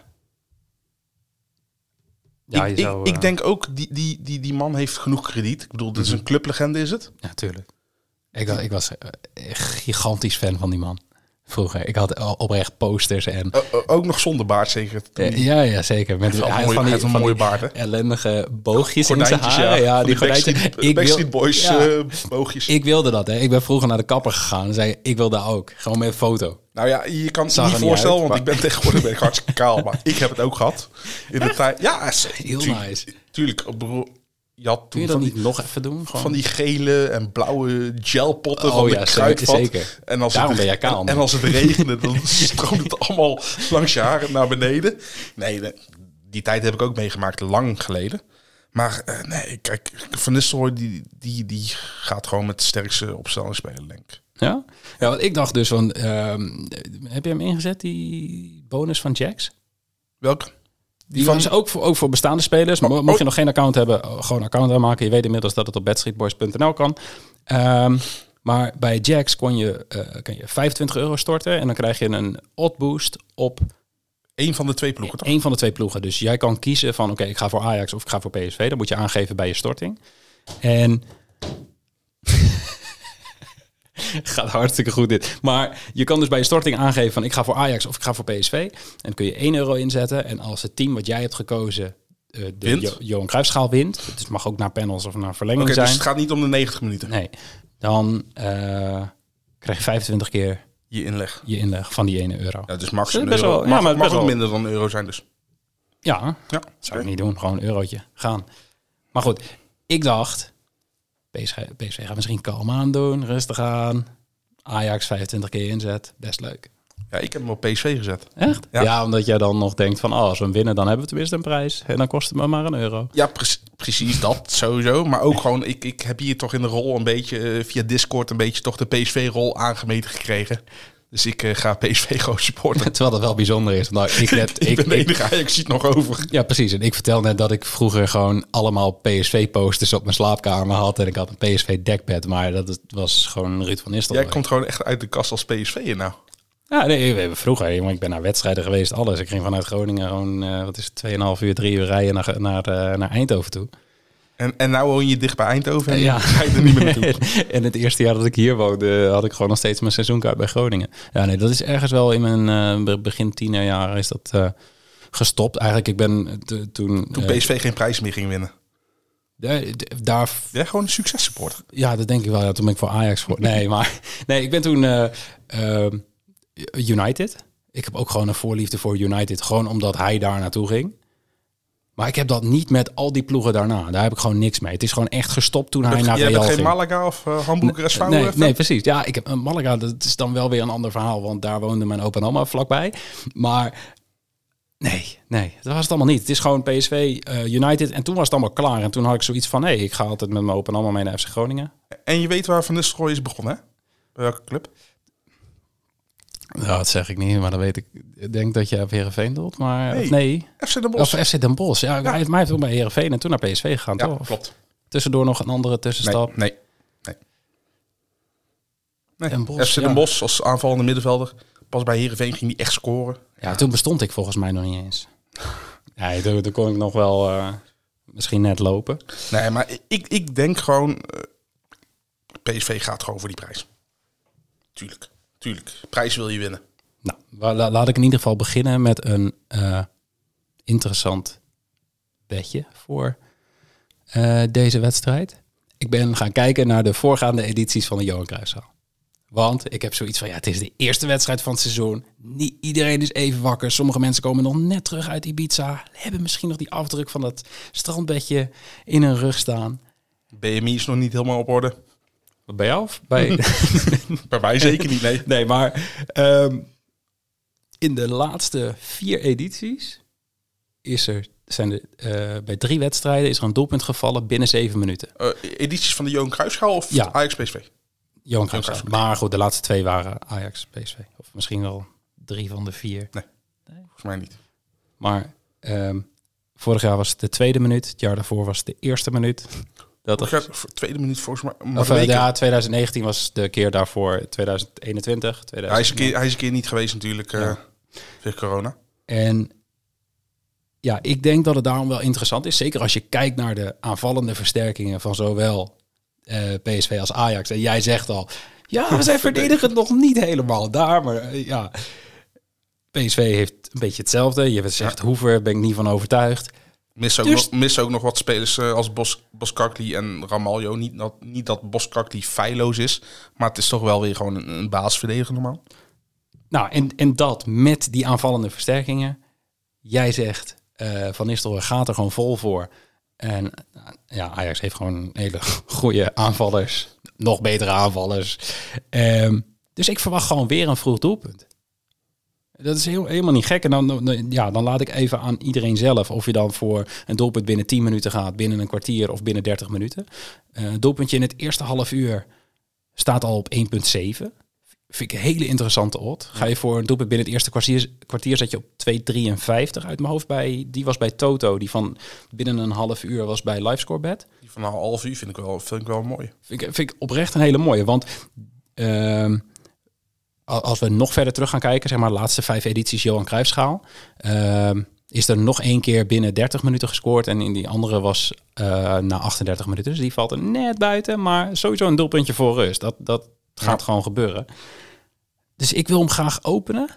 Speaker 6: Ja, ik, zou, ik, uh... ik denk ook, die, die, die, die man heeft genoeg krediet. Ik bedoel, dit is een clublegende, is het?
Speaker 1: Ja, tuurlijk. Ik, ik was een gigantisch fan van die man. Vroeger. Ik had oprecht posters en...
Speaker 6: Uh, uh, ook nog zonder baard zeker?
Speaker 1: Uh, ja, ja, zeker. Met
Speaker 6: hij had van die, een mooie baard, hè?
Speaker 1: Ellendige boogjes in zijn haar. Ja,
Speaker 6: ja die,
Speaker 1: die
Speaker 6: Backstreet, ik Backstreet wil, Boys ja, uh, boogjes.
Speaker 1: Ik wilde dat, hè. Ik ben vroeger naar de kapper gegaan en zei ik wil dat ook. Gewoon met een foto.
Speaker 6: Nou ja, je kan het niet voorstellen, uit, want maar... ik ben tegenwoordig ben ik hartstikke kaal. Maar ik heb het ook gehad. In de tijd. Ja,
Speaker 1: heel tu- nice.
Speaker 6: Tuurlijk, broer. Je had
Speaker 1: Kun je dat niet nog even doen? Gewoon?
Speaker 6: Van die gele en blauwe gelpotten
Speaker 1: oh,
Speaker 6: van de
Speaker 1: ja,
Speaker 6: kruidvat.
Speaker 1: Zeker.
Speaker 6: En als
Speaker 1: Daarom
Speaker 6: het,
Speaker 1: ben jij kaal.
Speaker 6: En, en als het regende, dan stroomt het allemaal langs je haren naar beneden. Nee, die tijd heb ik ook meegemaakt, lang geleden. Maar uh, nee, kijk, Van Nistelrooy die, die, die gaat gewoon met de sterkste opstelling spelen, denk ik.
Speaker 1: Ja? Ja, want ik dacht dus van... Uh, heb je hem ingezet, die bonus van Jax?
Speaker 6: Welke?
Speaker 1: Die van is ook voor, ook voor bestaande spelers. Maar mocht je nog geen account hebben, gewoon een account aanmaken. Je weet inmiddels dat het op bedstreetboys punt n l kan. Um, maar bij Jax kon je, uh, kan je vijfentwintig euro storten. En dan krijg je een odd boost op...
Speaker 6: Eén van de twee ploegen, toch?
Speaker 1: Eén van de twee ploegen. Dus jij kan kiezen van, oké, okay, ik ga voor Ajax of ik ga voor P S V. Dat moet je aangeven bij je storting. En... Gaat hartstikke goed dit. Maar je kan dus bij je storting aangeven van ik ga voor Ajax of ik ga voor P S V. En dan kun je één euro inzetten. En als het team wat jij hebt gekozen uh, de jo- Johan Cruijffschaal wint. Dus het mag ook naar panels of naar verlenging
Speaker 6: okay,
Speaker 1: zijn.
Speaker 6: Dus het gaat niet om de negentig minuten?
Speaker 1: Nee. Dan uh, krijg je vijfentwintig keer
Speaker 6: je inleg.
Speaker 1: Je inleg van die ene euro.
Speaker 6: Ja, dus max een
Speaker 1: best
Speaker 6: euro.
Speaker 1: Wel,
Speaker 6: mag,
Speaker 1: ja, maar
Speaker 6: mag
Speaker 1: best
Speaker 6: ook
Speaker 1: wel.
Speaker 6: minder dan een euro zijn dus.
Speaker 1: Ja,
Speaker 6: ja.
Speaker 1: zou ik niet doen. Gewoon een eurotje. Gaan. Maar goed, ik dacht... P S V, P S V gaat misschien kalm aan doen. Rustig aan. Ajax vijfentwintig keer inzet. Best leuk.
Speaker 6: Ja, ik heb hem op P S V gezet.
Speaker 1: Echt? Ja, ja omdat jij dan nog denkt van... Oh, als we hem winnen, dan hebben we tenminste een prijs. En dan kost het me maar een euro.
Speaker 6: Ja, pre- precies dat. Sowieso. Maar ook gewoon... Ik, ik heb hier toch in de rol een beetje... Uh, via Discord een beetje toch de P S V-rol aangemeten gekregen. Dus ik uh, ga P S V gewoon supporten.
Speaker 1: Terwijl dat wel bijzonder is. Nou, ik, net,
Speaker 6: ik, ik ben de enige Ajax ziet nog over.
Speaker 1: Ja, precies. En ik vertel net dat ik vroeger gewoon allemaal P S V-posters op mijn slaapkamer had. En ik had een P S V-dekbed. Maar dat was gewoon Ruud van Nistelrooy.
Speaker 6: Jij komt gewoon echt uit de kast als P S V'er nou.
Speaker 1: Ja, nee, we hebben vroeger. Jongen, ik ben naar wedstrijden geweest, alles. Ik ging vanuit Groningen gewoon, uh, wat is het, tweeënhalf uur, drie uur rijden naar, naar, uh, naar Eindhoven toe.
Speaker 6: En, en nou woon je dicht bij Eindhoven en
Speaker 1: ja.
Speaker 6: ga je er niet meer naartoe.
Speaker 1: En het eerste jaar dat ik hier woonde, had ik gewoon nog steeds mijn seizoenkaart bij Groningen. Ja, nee, dat is ergens wel in mijn uh, begin tienerjaren is dat uh, gestopt. Eigenlijk, ik ben t- toen...
Speaker 6: Toen uh, P S V geen prijs meer ging winnen.
Speaker 1: Daar... daar
Speaker 6: ja, gewoon een successupporter.
Speaker 1: Ja, dat denk ik wel. Ja, toen ben ik voor Ajax voor. Nee, maar... Nee, ik ben toen... Uh, uh, United. Ik heb ook gewoon een voorliefde voor United. Gewoon omdat hij daar naartoe ging. Maar ik heb dat niet met al die ploegen daarna. Daar heb ik gewoon niks mee. Het is gewoon echt gestopt toen hij
Speaker 6: Je
Speaker 1: naar Real
Speaker 6: bent geen
Speaker 1: ging.
Speaker 6: Malaga of uh, Hamburger S V?
Speaker 1: Nee, nee, precies. Ja, ik heb een Malaga. Dat is dan wel weer een ander verhaal, want daar woonde mijn opa en oma vlakbij. Maar nee, nee, dat was het allemaal niet. Het is gewoon P S V, uh, United en toen was het allemaal klaar. En toen had ik zoiets van, nee, ik ga altijd met mijn opa en oma mee naar F C Groningen.
Speaker 6: En je weet waar Van Nistelrooy is begonnen, hè? Bij welke club?
Speaker 1: Nou, dat zeg ik niet, maar dan weet ik. Ik denk dat je op Heerenveen doet, maar
Speaker 6: Nee,
Speaker 1: of nee.
Speaker 6: F C Den Bosch.
Speaker 1: Of F C Den Bosch. Ja, ja. Hij heeft mij veel bij Heerenveen en toen naar P S V gegaan,
Speaker 6: Ja,
Speaker 1: toch?
Speaker 6: klopt.
Speaker 1: Tussendoor nog een andere tussenstap.
Speaker 6: Nee, nee, nee.
Speaker 1: Den
Speaker 6: nee.
Speaker 1: Bosch,
Speaker 6: F C Den
Speaker 1: ja.
Speaker 6: Bosch als aanvallende middenvelder. Pas bij Heerenveen ging hij echt scoren.
Speaker 1: Ja, toen bestond ik volgens mij nog niet eens. Ja, toen, toen kon ik nog wel uh, misschien net lopen.
Speaker 6: Nee, maar ik, ik denk gewoon... Uh, P S V gaat gewoon voor die prijs. Tuurlijk, tuurlijk. Prijs wil je winnen.
Speaker 1: Nou, la, laat ik in ieder geval beginnen met een uh, interessant bedje voor uh, deze wedstrijd. Ik ben gaan kijken naar de voorgaande edities van de Johan Cruijffschaal. Want ik heb zoiets van, ja, het is de eerste wedstrijd van het seizoen. Niet iedereen is even wakker. Sommige mensen komen nog net terug uit Ibiza. Hebben misschien nog die afdruk van dat strandbedje in hun rug staan.
Speaker 6: B M I is nog niet helemaal op orde.
Speaker 1: Bij jou? Of bij...
Speaker 6: Bij mij zeker niet, nee.
Speaker 1: Nee, maar um, in de laatste vier edities is er, zijn er uh, bij drie wedstrijden is er een doelpunt gevallen binnen zeven minuten.
Speaker 6: Uh, edities van de Johan Cruijffschaal of
Speaker 1: Ja.
Speaker 6: Ajax P S V?
Speaker 1: Johan Cruijffschaal. Maar goed, de laatste twee waren Ajax, P S V. Of misschien wel drie van de vier.
Speaker 6: Nee, nee. Volgens mij niet.
Speaker 1: Maar um, vorig jaar was het de tweede minuut. Het jaar daarvoor was het de eerste minuut. Dat
Speaker 6: Vorig jaar, voor tweede minuut volgens mij. Maar
Speaker 1: of, uh, ja, twintig negentien was de keer daarvoor. twintig eenentwintig. twintig
Speaker 6: Hij is, een keer, hij is een keer niet geweest natuurlijk. Uh, ja. Via corona.
Speaker 1: En ja, ik denk dat het daarom wel interessant is. Zeker als je kijkt naar de aanvallende versterkingen van zowel uh, P S V als Ajax. En jij zegt al, ja, we zijn verdedigend nog niet helemaal daar. Maar uh, ja, P S V heeft een beetje hetzelfde. Je zegt, ja. Hoever, ben ik niet van overtuigd.
Speaker 6: Missen ook, dus... nog, ook nog wat spelers uh, als Bos, Boskakli en Ramaljo. Niet dat, niet dat Boskakli feilloos is, maar het is toch wel weer gewoon een, een basisverdediger normaal.
Speaker 1: Nou, en, en dat met die aanvallende versterkingen. Jij zegt, uh, Van Nistelrooy gaat er gewoon vol voor. En uh, ja, Ajax heeft gewoon hele goede aanvallers. Nog betere aanvallers. Um, dus ik verwacht gewoon weer een vroeg doelpunt. Dat is heel, helemaal niet gek. En dan, dan, ja, dan laat ik even aan iedereen zelf of je dan voor een doelpunt binnen tien minuten gaat, binnen een kwartier of binnen dertig minuten. Uh, een doelpuntje in het eerste half uur staat al op één komma zeven. Vind ik een hele interessante odd. Ga je voor een doelpunt binnen het eerste kwartier, kwartier zet je op twee komma drieënvijftig uit mijn hoofd. Bij, die was bij Toto. Die van binnen een half uur was bij LiveScoreBet.
Speaker 6: Die van een half uur vind ik wel, vind ik wel mooi.
Speaker 1: Vind ik, vind ik oprecht een hele mooie. Want uh, als we nog verder terug gaan kijken, zeg maar de laatste vijf edities Johan Cruijffschaal, uh, is er nog één keer binnen dertig minuten gescoord. En in die andere was uh, na achtendertig minuten. Dus die valt er net buiten. Maar sowieso een doelpuntje voor rust. Dat, dat gaat ja. gewoon gebeuren. Dus ik wil hem graag openen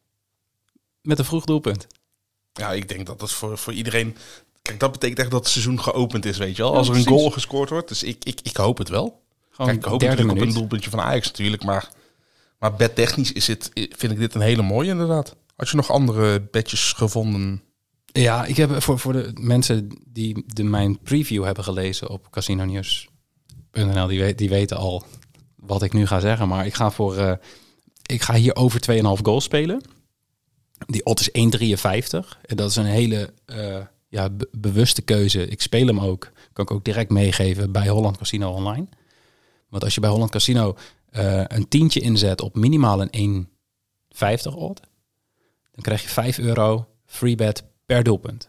Speaker 1: met een vroeg doelpunt.
Speaker 6: Ja, ik denk dat dat voor, voor iedereen... Kijk, dat betekent echt dat het seizoen geopend is, weet je wel. Als
Speaker 1: ja,
Speaker 6: er een goal gescoord wordt. Dus ik, ik, ik hoop het wel.
Speaker 1: Gewoon
Speaker 6: Kijk, ik hoop natuurlijk op een doelpuntje van Ajax natuurlijk. Maar, maar bedtechnisch is het, vind ik dit een hele mooie inderdaad. Had je nog andere bedjes gevonden?
Speaker 1: Ja, ik heb voor, voor de mensen die de, mijn preview hebben gelezen op casino nieuws punt n l, die, die weten al wat ik nu ga zeggen. Maar ik ga voor... Uh, Ik ga hier over twee komma vijf goals spelen. Die odd is één komma drieënvijftig. En dat is een hele uh, ja, be- bewuste keuze. Ik speel hem ook. Kan ik ook direct meegeven bij Holland Casino Online. Want als je bij Holland Casino uh, een tientje inzet op minimaal een één komma vijftig odd, dan krijg je vijf euro free bet per doelpunt.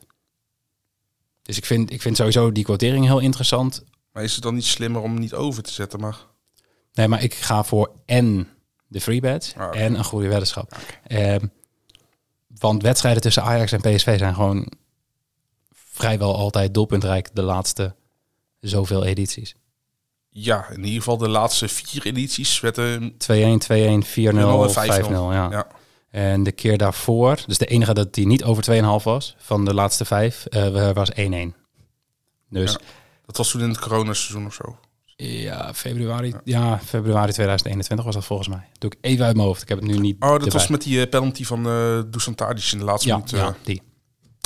Speaker 1: Dus ik vind, ik vind sowieso die quotering heel interessant.
Speaker 6: Maar is het dan niet slimmer om niet over te zetten? Maar...
Speaker 1: Nee, maar ik ga voor en... de free bet oh, okay. en een goede weddenschap. Okay. Um, want wedstrijden tussen Ajax en P S V zijn gewoon vrijwel altijd doelpuntrijk de laatste zoveel edities.
Speaker 6: Ja, in ieder geval de laatste vier edities werden...
Speaker 1: twee-één, twee-één, vier-nul, vijf-nul. Ja. Ja. En de keer daarvoor, dus de enige dat die niet over twee komma vijf was, van de laatste vijf, uh, was één-één. Dus...
Speaker 6: Ja, dat was toen in het coronaseizoen of zo.
Speaker 1: Ja, februari, ja. ja, februari tweeduizend eenentwintig was dat volgens mij. Doe ik even uit mijn hoofd. Ik heb het nu niet.
Speaker 6: Oh, dat
Speaker 1: erbij.
Speaker 6: was met die uh, penalty van uh, Dusan Tadic in de laatste
Speaker 1: ja,
Speaker 6: minuut. Uh.
Speaker 1: Ja, die.
Speaker 6: Ja.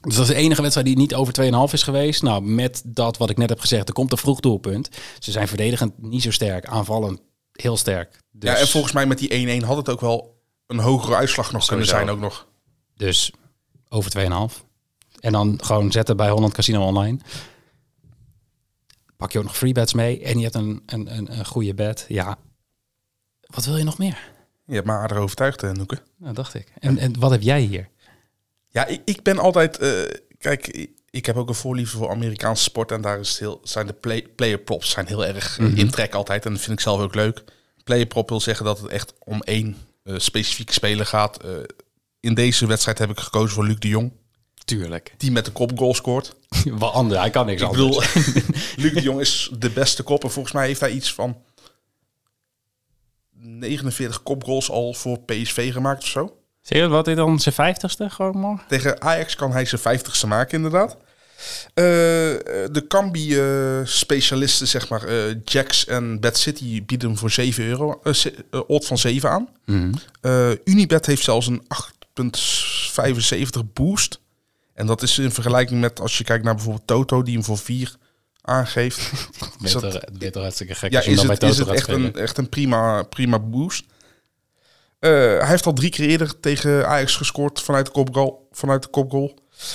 Speaker 1: Dus dat is de enige wedstrijd die niet over twee komma vijf is geweest. Nou, met dat wat ik net heb gezegd, er komt een vroeg doelpunt. Ze zijn verdedigend niet zo sterk, aanvallend heel sterk. Dus,
Speaker 6: ja, en volgens mij met die één-één had het ook wel een hogere uitslag nog kunnen
Speaker 1: Sowieso.
Speaker 6: zijn ook nog.
Speaker 1: Dus over twee komma vijf. En dan gewoon zetten bij Holland Casino Online. Pak je ook nog free bets mee en je hebt een, een, een, een goede bet. Ja, wat wil je nog meer?
Speaker 6: Je hebt me aardig overtuigd, hè, Noeke.
Speaker 1: Nou, dacht ik. En, en wat heb jij hier?
Speaker 6: Ja, ik, ik ben altijd... Uh, kijk, ik, ik heb ook een voorliefde voor Amerikaanse sport. En daar is het heel, zijn de play, player props zijn heel erg uh, mm-hmm. in trek altijd. En dat vind ik zelf ook leuk. Player prop wil zeggen dat het echt om één uh, specifieke speler gaat. Uh, in deze wedstrijd heb ik gekozen voor Luc de Jong.
Speaker 1: Tuurlijk.
Speaker 6: Die met de kopgoal scoort.
Speaker 1: Wat ander, hij kan niks
Speaker 6: ik
Speaker 1: anders.
Speaker 6: Bedoel, Luc de Jong is de beste kopper. Volgens mij heeft hij iets van negenenveertig kopgoals al voor P S V gemaakt of zo.
Speaker 1: Zie je wat hij dan zijn vijftigste gewoon morgen?
Speaker 6: Tegen Ajax kan hij zijn vijftigste maken, inderdaad. Uh, de Kambi-specialisten, uh, zeg maar, uh, Jax en Bad City bieden hem voor zeven euro. Uh, uh, odd van zeven aan. Mm-hmm. Uh, Unibet heeft zelfs een acht komma vijfenzeventig boost. En dat is in vergelijking met als je kijkt naar bijvoorbeeld Toto, die hem voor vier aangeeft.
Speaker 1: Is dat, het is toch hartstikke gek
Speaker 6: ja,
Speaker 1: als je hem
Speaker 6: is
Speaker 1: dan
Speaker 6: het,
Speaker 1: bij Toto
Speaker 6: is het
Speaker 1: gaat
Speaker 6: echt
Speaker 1: spelen.
Speaker 6: een, echt een prima, prima boost. Uh, hij heeft al drie keer eerder tegen Ajax gescoord vanuit de kopgoal. Vanuit de kopgoal.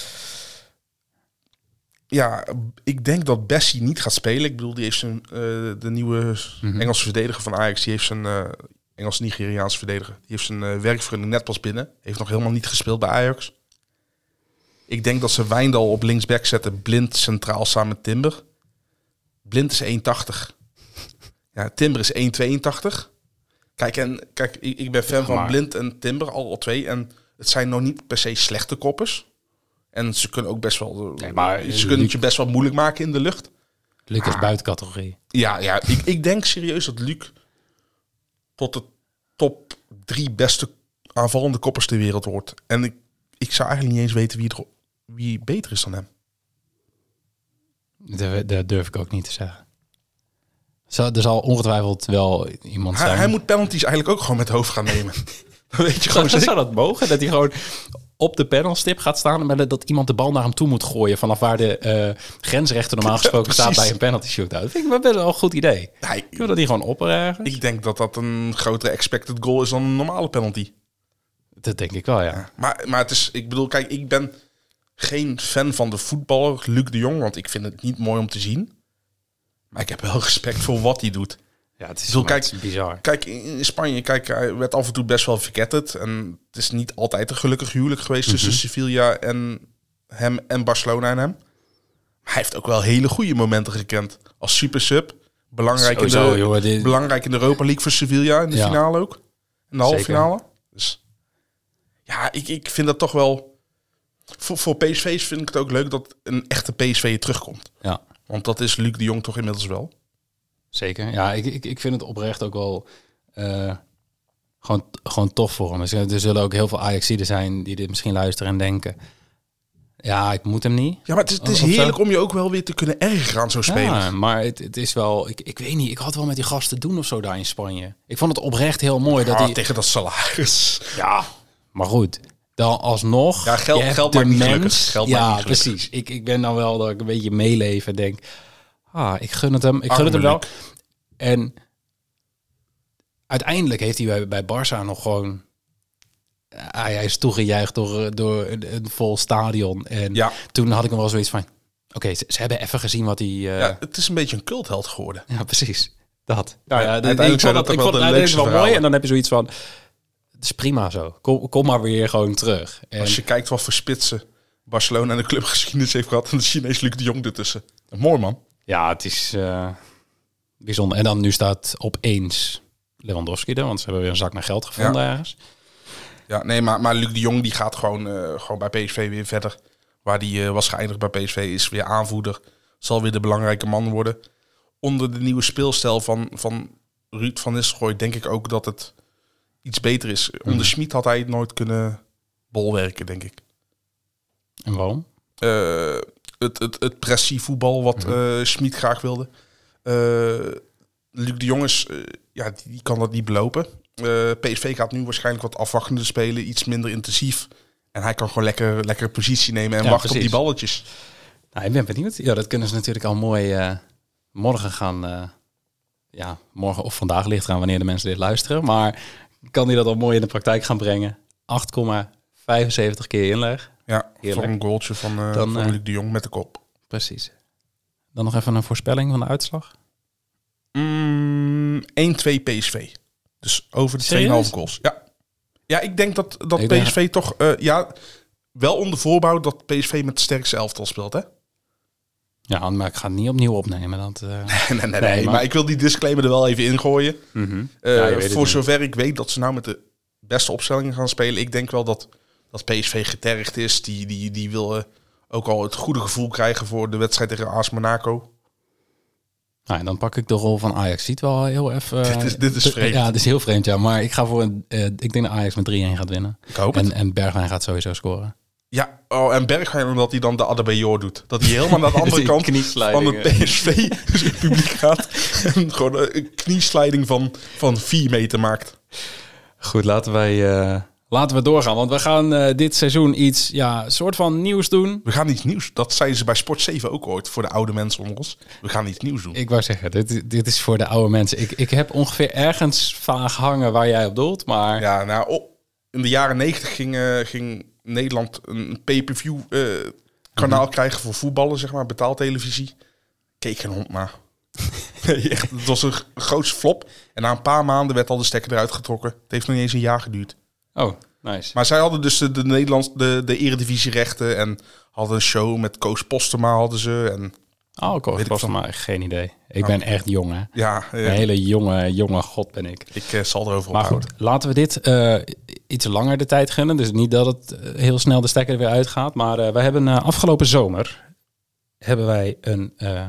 Speaker 6: Ja, ik denk dat Bessie niet gaat spelen. Ik bedoel, die heeft zijn, uh, de nieuwe mm-hmm. Engelse verdediger van Ajax, die heeft zijn uh, Engels-Nigeriaanse verdediger, die heeft zijn uh, werkvergunning net pas binnen. Heeft nog helemaal niet gespeeld bij Ajax. Ik denk dat ze Wijndal op linksback zetten, Blind centraal samen met Timber. Blind is één tachtig. Ja, Timber is één tweeëntachtig. Kijk, en, kijk ik, ik ben fan ja, van Blind en Timber, al, al twee. En het zijn nog niet per se slechte koppers. En ze kunnen ook best wel... Nee, maar ze kunnen het je best wel moeilijk maken in de lucht.
Speaker 1: Luc is buiten categorie.
Speaker 6: Ja, ja ik, ik denk serieus dat Luc tot de top drie beste aanvallende koppers ter wereld wordt. En ik, ik zou eigenlijk niet eens weten wie, er, wie beter is dan hem.
Speaker 1: Dat, dat durf ik ook niet te zeggen. Zal, er zal ongetwijfeld wel iemand zijn.
Speaker 6: Hij, hij moet penalties eigenlijk ook gewoon met hoofd gaan nemen. Weet je gewoon
Speaker 1: zou, zou dat mogen? Dat hij gewoon op de penalstip gaat staan, maar dat iemand de bal naar hem toe moet gooien vanaf waar de uh, grensrechter normaal gesproken ja, staat bij een penalty shootout. Dat vind ik wel best wel een goed idee. Ja, ik, Kunnen we dat hier gewoon opperen ergens?
Speaker 6: Ik denk dat dat een grotere expected goal is dan een normale penalty.
Speaker 1: Dat denk ik wel, ja. ja
Speaker 6: maar, maar het is, ik bedoel, kijk, ik ben geen fan van de voetballer Luc de Jong, want ik vind het niet mooi om te zien. Maar ik heb wel respect voor wat hij doet.
Speaker 1: Ja, het is,
Speaker 6: bedoel, kijk,
Speaker 1: het is bizar.
Speaker 6: Kijk, in Spanje, kijk, hij werd af en toe best wel verketterd. En het is niet altijd een gelukkig huwelijk geweest mm-hmm. tussen Sevilla en hem en Barcelona en hem. Maar hij heeft ook wel hele goede momenten gekend. Als super sub. Belangrijk, Sowieso, in de, joh, dit... belangrijk in de Europa League voor Sevilla. In de ja. finale ook. In de halve finale. Dus ja, ik, ik vind dat toch wel... Voor, voor P S V's vind ik het ook leuk dat een echte P S V terugkomt.
Speaker 1: Ja.
Speaker 6: Want dat is Luc de Jong toch inmiddels wel.
Speaker 1: Zeker. Ja, ik, ik, ik vind het oprecht ook wel uh, gewoon, gewoon tof voor hem. Er zullen ook heel veel Ajaxiden zijn die dit misschien luisteren en denken... Ja, ik moet hem niet.
Speaker 6: Ja, maar het is, het is heerlijk om je ook wel weer te kunnen ergeren aan zo'n speler.
Speaker 1: Ja, maar het, het is wel... Ik, ik weet niet, ik had wel met die gasten doen of zo daar in Spanje. Ik vond het oprecht heel mooi.
Speaker 6: Ja,
Speaker 1: dat hij
Speaker 6: tegen dat salaris.
Speaker 1: Ja, maar goed... Dan alsnog...
Speaker 6: Ja, geld, geld maakt niet
Speaker 1: mens,
Speaker 6: gelukkig. Geld
Speaker 1: ja,
Speaker 6: niet
Speaker 1: precies. Ik, ik ben dan wel dat ik een beetje meeleef en denk... Ah, ik gun het hem. Ik gun het hem wel. En uiteindelijk heeft hij bij, bij Barça nog gewoon... Hij, hij is toegejuicht door, door een, een vol stadion. En
Speaker 6: ja.
Speaker 1: toen had ik hem wel zoiets van... Oké, okay, ze, ze hebben even gezien wat hij... Uh...
Speaker 6: Ja, het is een beetje een cultheld geworden.
Speaker 1: Ja, precies. Dat. Nou,
Speaker 6: ja, ja, uiteindelijk zijn dat toch wel de leukste
Speaker 1: wel mooi. En dan heb je zoiets van... Het is prima zo. Kom, kom maar weer gewoon terug. En...
Speaker 6: Als je kijkt wat voor spitsen Barcelona en de clubgeschiedenis heeft gehad... en de Chinees Luc de Jong ertussen. Mooi, man.
Speaker 1: Ja, het is uh, bijzonder. En dan nu staat opeens Lewandowski er... want ze hebben weer een zak naar geld gevonden
Speaker 6: ja.
Speaker 1: ergens.
Speaker 6: Ja, nee, maar, maar Luc de Jong die gaat gewoon, uh, gewoon bij P S V weer verder. Waar die uh, was geëindigd bij P S V, is weer aanvoerder. Zal weer de belangrijke man worden. Onder de nieuwe speelstijl van, van Ruud van Nistelrooy denk ik ook dat het... iets beter is. Mm. Onder Schmid had hij het nooit kunnen bolwerken, denk ik.
Speaker 1: En waarom?
Speaker 6: Uh, het, het, het pressievoetbal wat mm. uh, Schmid graag wilde. Uh, Luc de Jong is, uh, ja, die, die kan dat niet belopen. Uh, P S V gaat nu waarschijnlijk wat afwachtender spelen. Iets minder intensief. En hij kan gewoon lekker, lekker positie nemen en
Speaker 1: Ja,
Speaker 6: wachten
Speaker 1: precies.
Speaker 6: op die balletjes.
Speaker 1: Nou, ik ben benieuwd. Ja, dat kunnen ze natuurlijk al mooi uh, morgen gaan... Uh, ja, morgen of vandaag ligt gaan wanneer de mensen dit luisteren. Maar kan hij dat al mooi in de praktijk gaan brengen? acht komma vijfenzeventig keer inleg.
Speaker 6: Ja,
Speaker 1: Heerlijk.
Speaker 6: voor een goaltje van, uh,
Speaker 1: Dan,
Speaker 6: van
Speaker 1: uh,
Speaker 6: Luc de Jong met de kop.
Speaker 1: Precies. Dan nog even een voorspelling van de uitslag.
Speaker 6: Mm, één twee P S V. Dus over de twee komma vijf goals. Ja. Ja, ik denk dat, dat
Speaker 1: Ik
Speaker 6: P S V
Speaker 1: ben...
Speaker 6: toch... Uh, ja, wel onder voorbouw dat P S V met de sterkste elftal speelt, hè?
Speaker 1: Ja, maar ik ga het niet opnieuw opnemen. Dat, uh...
Speaker 6: nee, nee, nee,
Speaker 1: nee,
Speaker 6: maar... maar ik wil die disclaimer er wel even ingooien.
Speaker 1: Mm-hmm.
Speaker 6: Uh,
Speaker 1: ja,
Speaker 6: voor zover ik weet dat ze nou met de beste opstellingen gaan spelen. Ik denk wel dat, dat P S V getergd is. Die, die, die wil uh, ook al het goede gevoel krijgen voor de wedstrijd tegen A S Monaco.
Speaker 1: Nou, en dan pak ik de rol van Ajax. Ziet wel heel even... Uh,
Speaker 6: dit, is, dit is vreemd.
Speaker 1: Ja, dit is heel vreemd, ja. Maar ik ga voor een... Uh, ik denk dat Ajax met drie-een gaat winnen.
Speaker 6: Ik hoop
Speaker 1: en,
Speaker 6: het.
Speaker 1: En Bergwijn gaat sowieso scoren.
Speaker 6: Ja, oh, en Bergwijn omdat hij dan de Adebayor doet. Dat hij helemaal naar de andere kant van het P S V dus het publiek gaat. En gewoon een kniesliding van, van vier meter maakt.
Speaker 1: Goed, laten wij... Uh... Laten we doorgaan, want we gaan uh, dit seizoen iets, ja, soort van nieuws doen.
Speaker 6: We gaan iets nieuws. Dat zeiden ze bij Sport zeven ook ooit, voor de oude mensen onder ons. We gaan iets nieuws doen.
Speaker 1: Ik wou zeggen, dit, dit is voor de oude mensen. Ik, ik heb ongeveer ergens vaag hangen waar jij op doelt, maar...
Speaker 6: Ja, nou, oh, in de jaren negentig ging, uh, ging Nederland een pay-per-view uh, kanaal mm-hmm. krijgen voor voetballen, zeg maar, betaaltelevisie. Keek geen hond naar. Nee, echt, het was een grootste flop. En na een paar maanden werd al de stekker eruit getrokken. Het heeft nog niet eens een jaar geduurd.
Speaker 1: Oh, nice.
Speaker 6: Maar zij hadden dus de, de Nederlands, de, de eredivisierechten en hadden een show met Koos Postema hadden ze. En
Speaker 1: oh, Koos Postema, geen idee. Ik
Speaker 6: oh.
Speaker 1: ben echt jong, hè?
Speaker 6: Ja. Uh,
Speaker 1: een hele jonge, jonge god ben ik.
Speaker 6: Ik uh, zal erover
Speaker 1: Maar
Speaker 6: ophouden.
Speaker 1: goed, laten we dit uh, iets langer de tijd gunnen. Dus niet dat het uh, heel snel de stekker er weer uitgaat. Maar uh, wij hebben uh, afgelopen zomer hebben wij een uh,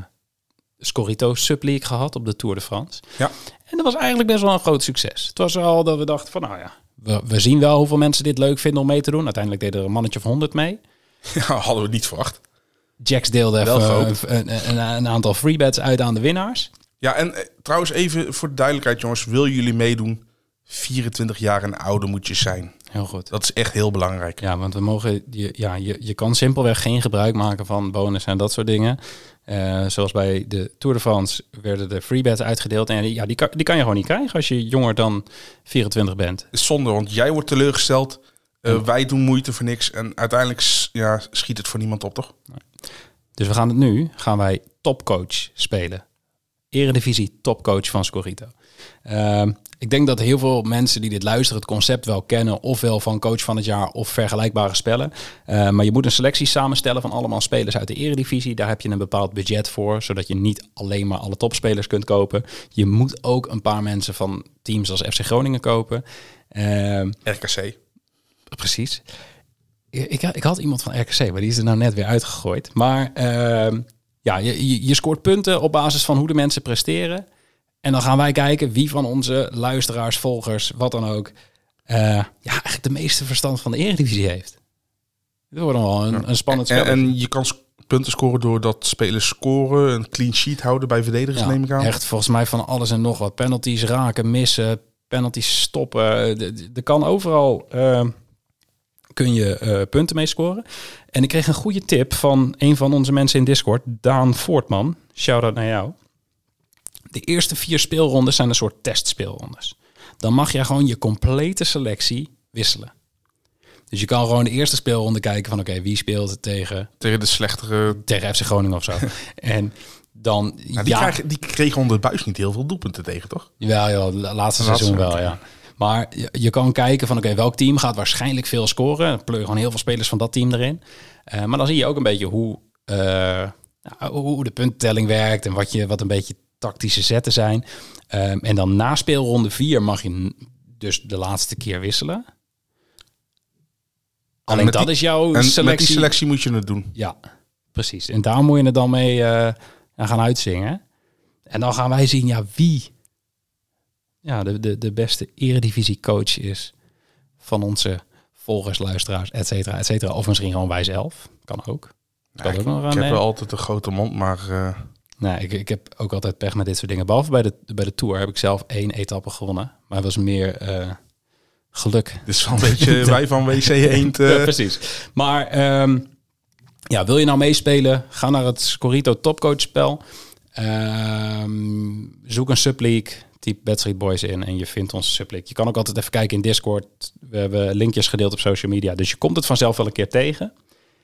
Speaker 1: Scorito Subleague gehad op de Tour de France.
Speaker 6: Ja.
Speaker 1: En dat was eigenlijk best wel een groot succes. Het was al dat we dachten van, nou ja, we, we zien wel hoeveel mensen dit leuk vinden om mee te doen. Uiteindelijk deden er een mannetje of honderd mee.
Speaker 6: Ja, hadden we niet verwacht.
Speaker 1: Jax deelde even een, een, een, een aantal freebets uit aan de winnaars.
Speaker 6: Ja, en eh, trouwens even voor de duidelijkheid, jongens. Wil jullie meedoen? vierentwintig jaar en ouder moet je zijn.
Speaker 1: Heel goed.
Speaker 6: Dat is echt heel belangrijk.
Speaker 1: Ja, want we mogen, je, ja, je, je kan simpelweg geen gebruik maken van bonus en dat soort dingen. Uh, zoals bij de Tour de France werden de freebets uitgedeeld. En ja, die kan, die kan je gewoon niet krijgen als je jonger dan vierentwintig bent.
Speaker 6: Is zonde, want jij wordt teleurgesteld. Uh, mm. Wij doen moeite voor niks. En uiteindelijk ja, schiet het voor niemand op, toch?
Speaker 1: Nee. Dus we gaan het nu, gaan wij topcoach spelen. Eredivisie topcoach van Scorito. Uh, ik denk dat heel veel mensen die dit luisteren het concept wel kennen, ofwel van coach van het jaar of vergelijkbare spellen. Uh, maar je moet een selectie samenstellen van allemaal spelers uit de Eredivisie. Daar heb je een bepaald budget voor, zodat je niet alleen maar alle topspelers kunt kopen. Je moet ook een paar mensen van teams als F C Groningen kopen. Uh,
Speaker 6: R K C.
Speaker 1: Precies. Ik, ik had iemand van R K C, maar die is er nou net weer uitgegooid. Maar uh, ja, je, je scoort punten op basis van hoe de mensen presteren. En dan gaan wij kijken wie van onze luisteraars, volgers, wat dan ook, uh, ja, eigenlijk de meeste verstand van de Eredivisie heeft. Dit wordt dan wel een, ja. een spannend spel.
Speaker 6: En, en je kan punten scoren doordat spelers scoren, een clean sheet houden bij verdedigers,
Speaker 1: ja,
Speaker 6: neem ik aan.
Speaker 1: Echt volgens mij van alles en nog wat. Penalties raken, missen, penalties stoppen. Er kan overal uh, kun je uh, punten mee scoren. En ik kreeg een goede tip van een van onze mensen in Discord, Daan Voortman. Shout-out naar jou. De eerste vier speelrondes zijn een soort testspeelrondes. Dan mag je gewoon je complete selectie wisselen. Dus je kan gewoon de eerste speelronde kijken van oké, okay, wie speelt het tegen...
Speaker 6: Tegen de slechtere...
Speaker 1: Tegen F C Groningen of zo. En dan...
Speaker 6: Nou, die, ja, krijg, die kregen onder het buis niet heel veel doelpunten tegen, toch?
Speaker 1: Ja, ja, laatste, laatste seizoen wel, ja. Maar je, je kan kijken van oké, okay, welk team gaat waarschijnlijk veel scoren. Dan pleur je gewoon heel veel spelers van dat team erin. Uh, maar dan zie je ook een beetje hoe, uh, nou, hoe de puntentelling werkt en wat, je, wat een beetje tactische zetten zijn. Um, en dan na speelronde vier mag je dus de laatste keer wisselen. Alleen dat
Speaker 6: die,
Speaker 1: is jouw
Speaker 6: en
Speaker 1: selectie.
Speaker 6: Met die selectie moet je het doen.
Speaker 1: Ja, precies. En daar moet je het dan mee uh, gaan uitzingen. En dan gaan wij zien ja, wie ja, de, de, de beste eredivisiecoach is van onze volgers, luisteraars, et cetera, et cetera. Of misschien gewoon wij zelf. Kan ook.
Speaker 6: Ja, ik, ook nog ik heb wel altijd een grote mond, maar... Uh...
Speaker 1: Nee, ik, ik heb ook altijd pech met dit soort dingen. Behalve bij de, bij de Tour heb ik zelf één etappe gewonnen. Maar het was meer uh, Geluk.
Speaker 6: Dit is wel een beetje wij van W C Eend. Uh...
Speaker 1: Ja, precies. Maar um, ja, wil je nou meespelen? Ga naar het Scorito Topcoach spel. Um, zoek een subleague. Typ Bad Street Boys in en je vindt onze subleague. Je kan ook altijd even kijken in Discord. We hebben linkjes gedeeld op social media. Dus je komt het vanzelf wel een keer tegen.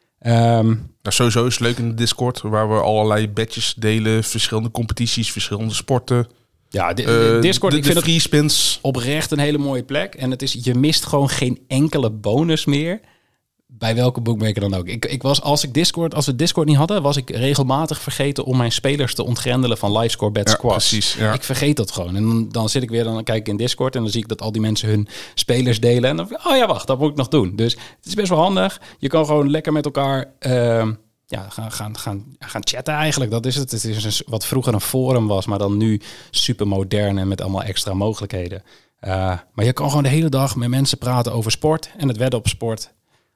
Speaker 1: Um,
Speaker 6: nou, sowieso is het leuk in de Discord, waar we allerlei badges delen, verschillende competities, verschillende sporten.
Speaker 1: Ja, de, de
Speaker 6: uh,
Speaker 1: Discord,
Speaker 6: de,
Speaker 1: ik
Speaker 6: de
Speaker 1: vind
Speaker 6: free spins.
Speaker 1: Het oprecht een hele mooie plek. En het is, je mist gewoon geen enkele bonus meer. Bij welke bookmaker dan ook. Ik, ik was, als ik Discord, als we Discord niet hadden, was ik regelmatig vergeten om mijn spelers te ontgrendelen van livescore bet
Speaker 6: ja,
Speaker 1: squads.
Speaker 6: Precies, ja.
Speaker 1: Ik vergeet dat gewoon. En dan, dan zit ik weer, dan kijk ik in Discord en dan zie ik dat al die mensen hun spelers delen. En dan, oh ja, wacht, dat moet ik nog doen. Dus het is best wel handig. Je kan gewoon lekker met elkaar uh, ja, gaan, gaan, gaan, gaan chatten eigenlijk. Dat is het. Het is een, wat vroeger een forum was, maar dan nu super modern en met allemaal extra mogelijkheden. Uh, maar je kan gewoon de hele dag met mensen praten over sport en het wedden op sport.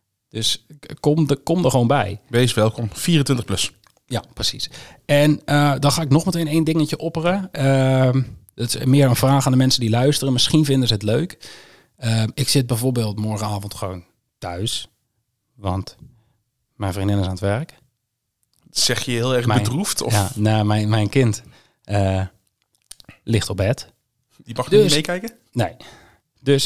Speaker 1: Dus kom, de, kom er gewoon bij.
Speaker 6: Wees welkom. vierentwintig plus.
Speaker 1: Ja, precies. En uh, dan ga ik nog meteen één dingetje opperen. Uh, dat is meer een vraag aan de mensen die luisteren. Misschien vinden ze het leuk. Uh, ik zit bijvoorbeeld morgenavond gewoon thuis. Want mijn vriendin is aan het werk.
Speaker 6: Zeg je heel erg
Speaker 1: mijn,
Speaker 6: bedroefd? Of?
Speaker 1: Ja, nou, mijn, mijn kind uh, ligt op bed.
Speaker 6: Die mag
Speaker 1: dus,
Speaker 6: niet meekijken?
Speaker 1: Nee. Dus...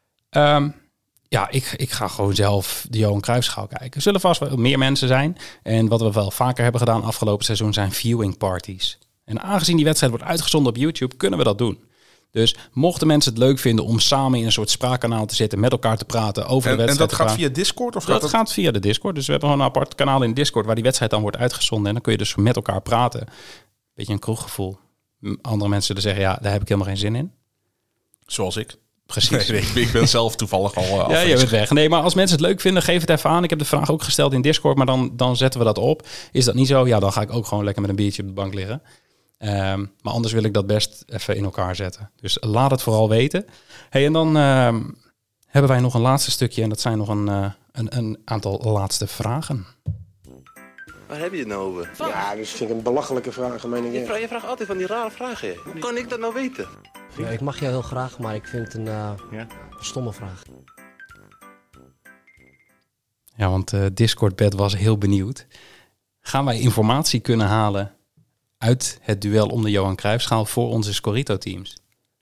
Speaker 1: Um, Ja, ik, ik ga gewoon zelf de Johan Cruijffschaal kijken. Er zullen vast wel meer mensen zijn. En wat we wel vaker hebben gedaan afgelopen seizoen zijn viewing parties. En aangezien die wedstrijd wordt uitgezonden op YouTube, kunnen we dat doen. Dus mochten mensen het leuk vinden om samen in een soort spraakkanaal te zitten, met elkaar te praten over
Speaker 6: en,
Speaker 1: de wedstrijd.
Speaker 6: En dat gaat via Discord? Of
Speaker 1: dat
Speaker 6: gaat dat
Speaker 1: gaat via de Discord. Dus we hebben gewoon een apart kanaal in Discord waar die wedstrijd dan wordt uitgezonden. En dan kun je dus met elkaar praten. Beetje een kroeggevoel. Andere mensen zullen zeggen, ja, daar heb ik helemaal geen zin in.
Speaker 6: Zoals ik.
Speaker 1: Precies.
Speaker 6: Nee, ik ben zelf toevallig al uh,
Speaker 1: ja, je bent weg. Nee, maar als mensen het leuk vinden, geef het even aan. Ik heb de vraag ook gesteld in Discord, maar dan, dan zetten we dat op. Is dat niet zo? Ja, dan ga ik ook gewoon lekker met een biertje op de bank liggen. Um, maar anders wil ik dat best even in elkaar zetten. Dus laat het vooral weten. Hey, en dan uh, hebben wij nog een laatste stukje en dat zijn nog een, uh, een, een aantal laatste vragen.
Speaker 9: Waar heb je het nou over?
Speaker 3: Ja, dus vind ik een belachelijke vraag, meen ik.
Speaker 9: Je vraagt, je vraagt altijd van die rare vragen. Hoe kan ik dat nou weten?
Speaker 10: Ja, ik mag jou heel graag, maar ik vind het een, uh, ja? een stomme vraag.
Speaker 1: Ja, want uh, Discord-bed was heel benieuwd. Gaan wij informatie kunnen halen uit het duel om de Johan Cruijffschaal voor onze Scorito-teams?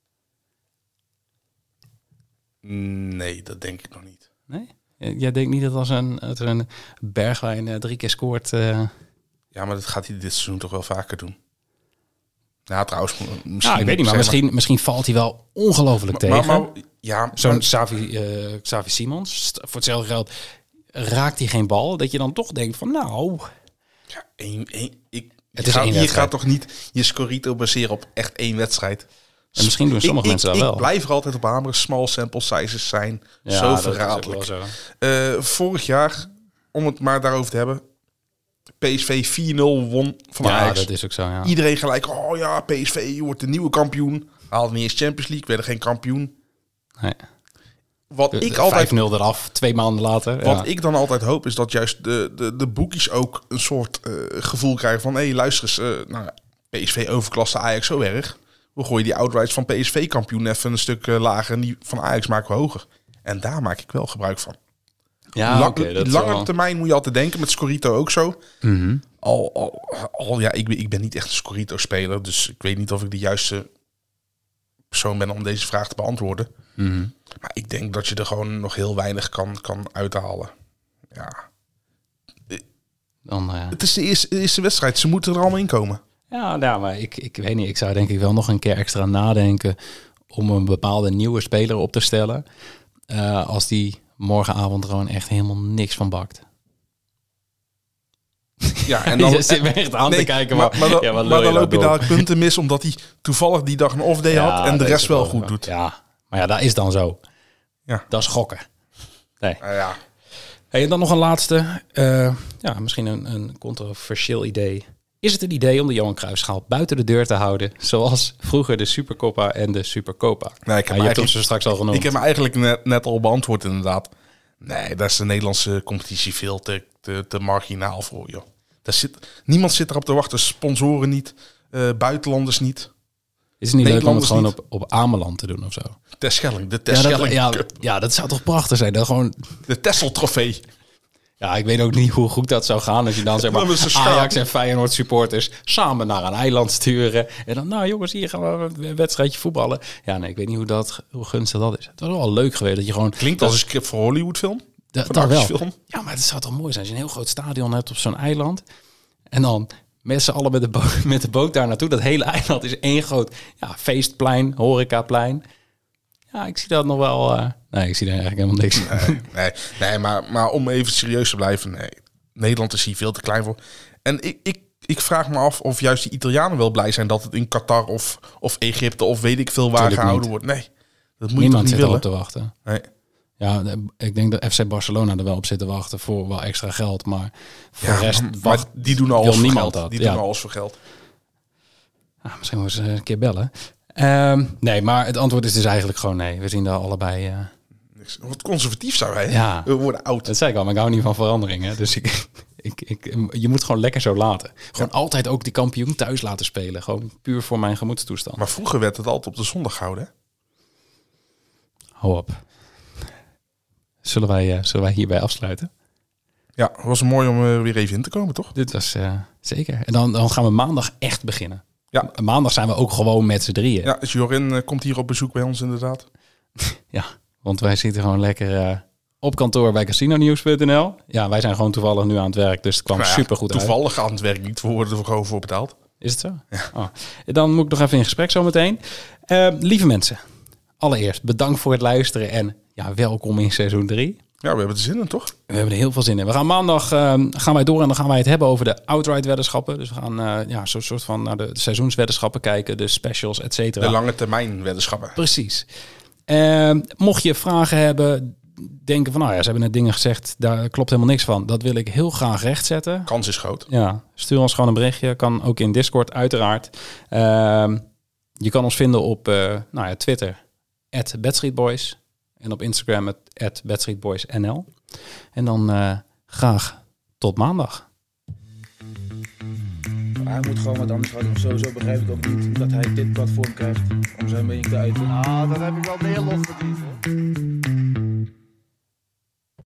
Speaker 6: Nee, dat denk ik nog niet.
Speaker 1: Nee? Jij denkt niet dat als een, dat er een Bergwijn uh, drie keer scoort... Uh...
Speaker 6: Ja, maar dat gaat hij dit seizoen toch wel vaker doen. Ja, trouwens, misschien...
Speaker 1: Nou, ik weet niet, maar misschien, maar misschien valt hij wel ongelooflijk tegen. Maar, maar,
Speaker 6: ja,
Speaker 1: Zo'n Xavi, uh, Xavi Simons, voor hetzelfde geld raakt hij geen bal. Dat je dan toch denkt van, nou...
Speaker 6: Ja, één, één, ik,
Speaker 1: het is
Speaker 6: ga,
Speaker 1: één
Speaker 6: je gaat toch niet je Scorito baseren op echt één wedstrijd?
Speaker 1: En misschien doen sommige
Speaker 6: ik,
Speaker 1: mensen
Speaker 6: ik,
Speaker 1: dat wel.
Speaker 6: Ik blijf er altijd op hameren. Small sample sizes zijn
Speaker 1: ja,
Speaker 6: zo
Speaker 1: dat
Speaker 6: verraderlijk.
Speaker 1: Is ook wel
Speaker 6: zo. Uh, vorig jaar, om het maar daarover te hebben... P S V vier nul won van
Speaker 1: ja,
Speaker 6: Ajax.
Speaker 1: Dat is ook zo, ja.
Speaker 6: Iedereen gelijk, oh ja, P S V wordt de nieuwe kampioen. Haalde niet eens Champions League, werden geen kampioen.
Speaker 1: Nee.
Speaker 6: Wat ik altijd
Speaker 1: vijf nul eraf, twee maanden later.
Speaker 6: Wat
Speaker 1: ja.
Speaker 6: ik dan altijd hoop, is dat juist de, de, de boekies ook een soort uh, gevoel krijgen van... hé, hey, luister eens, uh, nou, P S V overklaste Ajax zo erg. We gooien die outrights van P S V-kampioen even een stuk uh, lager... en die van Ajax maken we hoger. En daar maak ik wel gebruik van.
Speaker 1: Ja,
Speaker 6: Lang,
Speaker 1: okay, dat
Speaker 6: lange
Speaker 1: wel...
Speaker 6: termijn moet je altijd denken, met Scorito ook zo.
Speaker 1: Mm-hmm.
Speaker 6: Al, al, al, ja, ik ben, ik ben niet echt een Scorito-speler... dus ik weet niet of ik de juiste persoon ben om deze vraag te beantwoorden.
Speaker 1: Mm-hmm.
Speaker 6: Maar ik denk dat je er gewoon nog heel weinig kan, kan uithalen. Ja.
Speaker 1: Dan, uh...
Speaker 6: Het is de eerste, de eerste wedstrijd. Ze moeten er allemaal in komen.
Speaker 1: Ja, nou, maar ik, ik weet niet. Ik zou denk ik wel nog een keer extra nadenken... om een bepaalde nieuwe speler op te stellen... Uh, als die morgenavond gewoon echt helemaal niks van bakt.
Speaker 6: Ja, en dan
Speaker 1: je zit me echt aan nee, te kijken. Maar,
Speaker 6: maar, maar, dan,
Speaker 1: ja,
Speaker 6: maar dan loop je dadelijk punten mis... omdat hij toevallig die dag een off-day
Speaker 1: ja,
Speaker 6: had... en de rest wel,
Speaker 1: wel
Speaker 6: goed doet.
Speaker 1: Ja, maar ja, dat is dan zo.
Speaker 6: Ja.
Speaker 1: Dat is gokken. Nee.
Speaker 6: Uh, ja.
Speaker 1: Hey, en dan nog een laatste. Uh, ja, misschien een, een controversieel idee. Is het een idee om de Johan Cruijffschaal buiten de deur te houden... zoals vroeger de Supercoppa en de Supercopa?
Speaker 6: Nee, ik heb
Speaker 1: ja, je hebt hem zo straks al genoemd.
Speaker 6: Ik heb me eigenlijk net, net al beantwoord inderdaad. Nee, daar is de Nederlandse competitie veel te, te, te marginaal voor, joh. Daar zit, niemand zit erop te wachten. Sponsoren niet, uh, buitenlanders niet.
Speaker 1: Is het niet leuk om het
Speaker 6: Nederlanders
Speaker 1: gewoon
Speaker 6: niet.
Speaker 1: op, op Ameland te doen of zo?
Speaker 6: Terschelling, de
Speaker 1: Ja
Speaker 6: Terschelling
Speaker 1: dat, ja,
Speaker 6: Cup.
Speaker 1: ja, dat zou toch prachtig zijn? Dat gewoon...
Speaker 6: De Texel-trofee.
Speaker 1: Ja, ik weet ook niet hoe goed dat zou gaan als je dan zeg maar
Speaker 6: Dat is een schaap.
Speaker 1: Ajax en Feyenoord supporters samen naar een eiland sturen. En dan, nou jongens, hier gaan we een wedstrijdje voetballen. Ja, nee, ik weet niet hoe, dat, hoe gunstig dat is. Het was wel leuk geweest dat je gewoon...
Speaker 6: Klinkt als een script voor Hollywoodfilm.
Speaker 1: Dat,
Speaker 6: Voor
Speaker 1: dat
Speaker 6: een
Speaker 1: wel.
Speaker 6: actiefilm.
Speaker 1: Ja, maar het zou toch mooi zijn als je een heel groot stadion hebt op zo'n eiland. En dan met z'n allen met de, boot, met de boot daar naartoe. Dat hele eiland is één groot ja, feestplein, horecaplein. Ja, ik zie dat nog wel... Uh, nee, ik zie daar eigenlijk helemaal niks in.
Speaker 6: Nee, nee, nee maar, maar om even serieus te blijven. Nee, Nederland is hier veel te klein voor. En ik, ik, ik vraag me af of juist die Italianen wel blij zijn dat het in Qatar of, of Egypte of weet ik veel waar
Speaker 1: Tuurlijk
Speaker 6: gehouden
Speaker 1: niet.
Speaker 6: wordt. Nee, dat moet
Speaker 1: Niemand
Speaker 6: je
Speaker 1: zit
Speaker 6: toch niet
Speaker 1: erop
Speaker 6: willen?
Speaker 1: te wachten.
Speaker 6: Nee.
Speaker 1: Ja, ik denk dat F C Barcelona er wel op zit te wachten voor wel extra geld. Maar voor
Speaker 6: Ja,
Speaker 1: de rest
Speaker 6: maar
Speaker 1: wacht,
Speaker 6: die doen alles
Speaker 1: wil
Speaker 6: voor
Speaker 1: niemand
Speaker 6: geld.
Speaker 1: dat.
Speaker 6: Die
Speaker 1: Ja.
Speaker 6: doen alles voor geld.
Speaker 1: Ah, misschien moeten ze een keer bellen. Um, nee, maar het antwoord is dus eigenlijk gewoon nee. We zien daar allebei... Uh,
Speaker 6: Niks. Wat conservatief zijn wij.
Speaker 1: Ja.
Speaker 6: We worden oud.
Speaker 1: dat zei ik al, maar ik hou niet van veranderingen. Dus ik, ik, ik, je moet gewoon lekker zo laten. Gewoon ja. altijd ook die kampioen thuis laten spelen. Gewoon puur voor mijn gemoedstoestand.
Speaker 6: Maar vroeger werd het altijd op de zondag gehouden, hè?
Speaker 1: Hou op. Zullen wij, uh, zullen wij hierbij afsluiten?
Speaker 6: Ja, het was mooi om uh, weer even in te komen, toch?
Speaker 1: Dit was uh, zeker. En dan, dan gaan we maandag echt beginnen.
Speaker 6: Ja.
Speaker 1: Maandag zijn we ook gewoon met z'n drieën.
Speaker 6: Ja, dus Jorin uh, komt hier op bezoek bij ons inderdaad.
Speaker 1: Ja, want wij zitten gewoon lekker uh, op kantoor bij casino nieuws punt n l. Ja, wij zijn gewoon toevallig nu aan het werk, dus het kwam
Speaker 6: nou ja,
Speaker 1: super goed uit.
Speaker 6: Toevallig aan het werk niet, we worden er gewoon voor betaald.
Speaker 1: Is het zo?
Speaker 6: Ja.
Speaker 1: Oh. Dan moet ik nog even in gesprek zometeen. Uh, lieve mensen, allereerst bedankt voor het luisteren en ja, welkom in seizoen drie.
Speaker 6: Ja, we hebben er zin in, toch?
Speaker 1: We hebben er heel veel zin in. We gaan maandag uh, gaan wij door en dan gaan wij het hebben over de outright weddenschappen. Dus we gaan uh, ja, zo'n soort van naar de seizoensweddenschappen kijken, de specials, et cetera.
Speaker 6: De lange termijn weddenschappen.
Speaker 1: Precies. Uh, mocht je vragen hebben, denken van nou ja, ze hebben net dingen gezegd, daar klopt helemaal niks van. Dat wil ik heel graag rechtzetten.
Speaker 6: Kans is groot.
Speaker 1: Ja, stuur ons gewoon een berichtje. Kan ook in Discord uiteraard. Uh, je kan ons vinden op uh, nou ja, Twitter, at bedstreetboys. En op Instagram, at bedstreetboysnl. En dan uh, graag tot maandag.
Speaker 11: Hij moet gewoon wat anders gaan doen. Sowieso begrijp ik ook niet dat hij dit platform krijgt om zijn mening te uiten.
Speaker 3: Ah, dan heb ik wel meer lof verdiend, hoor.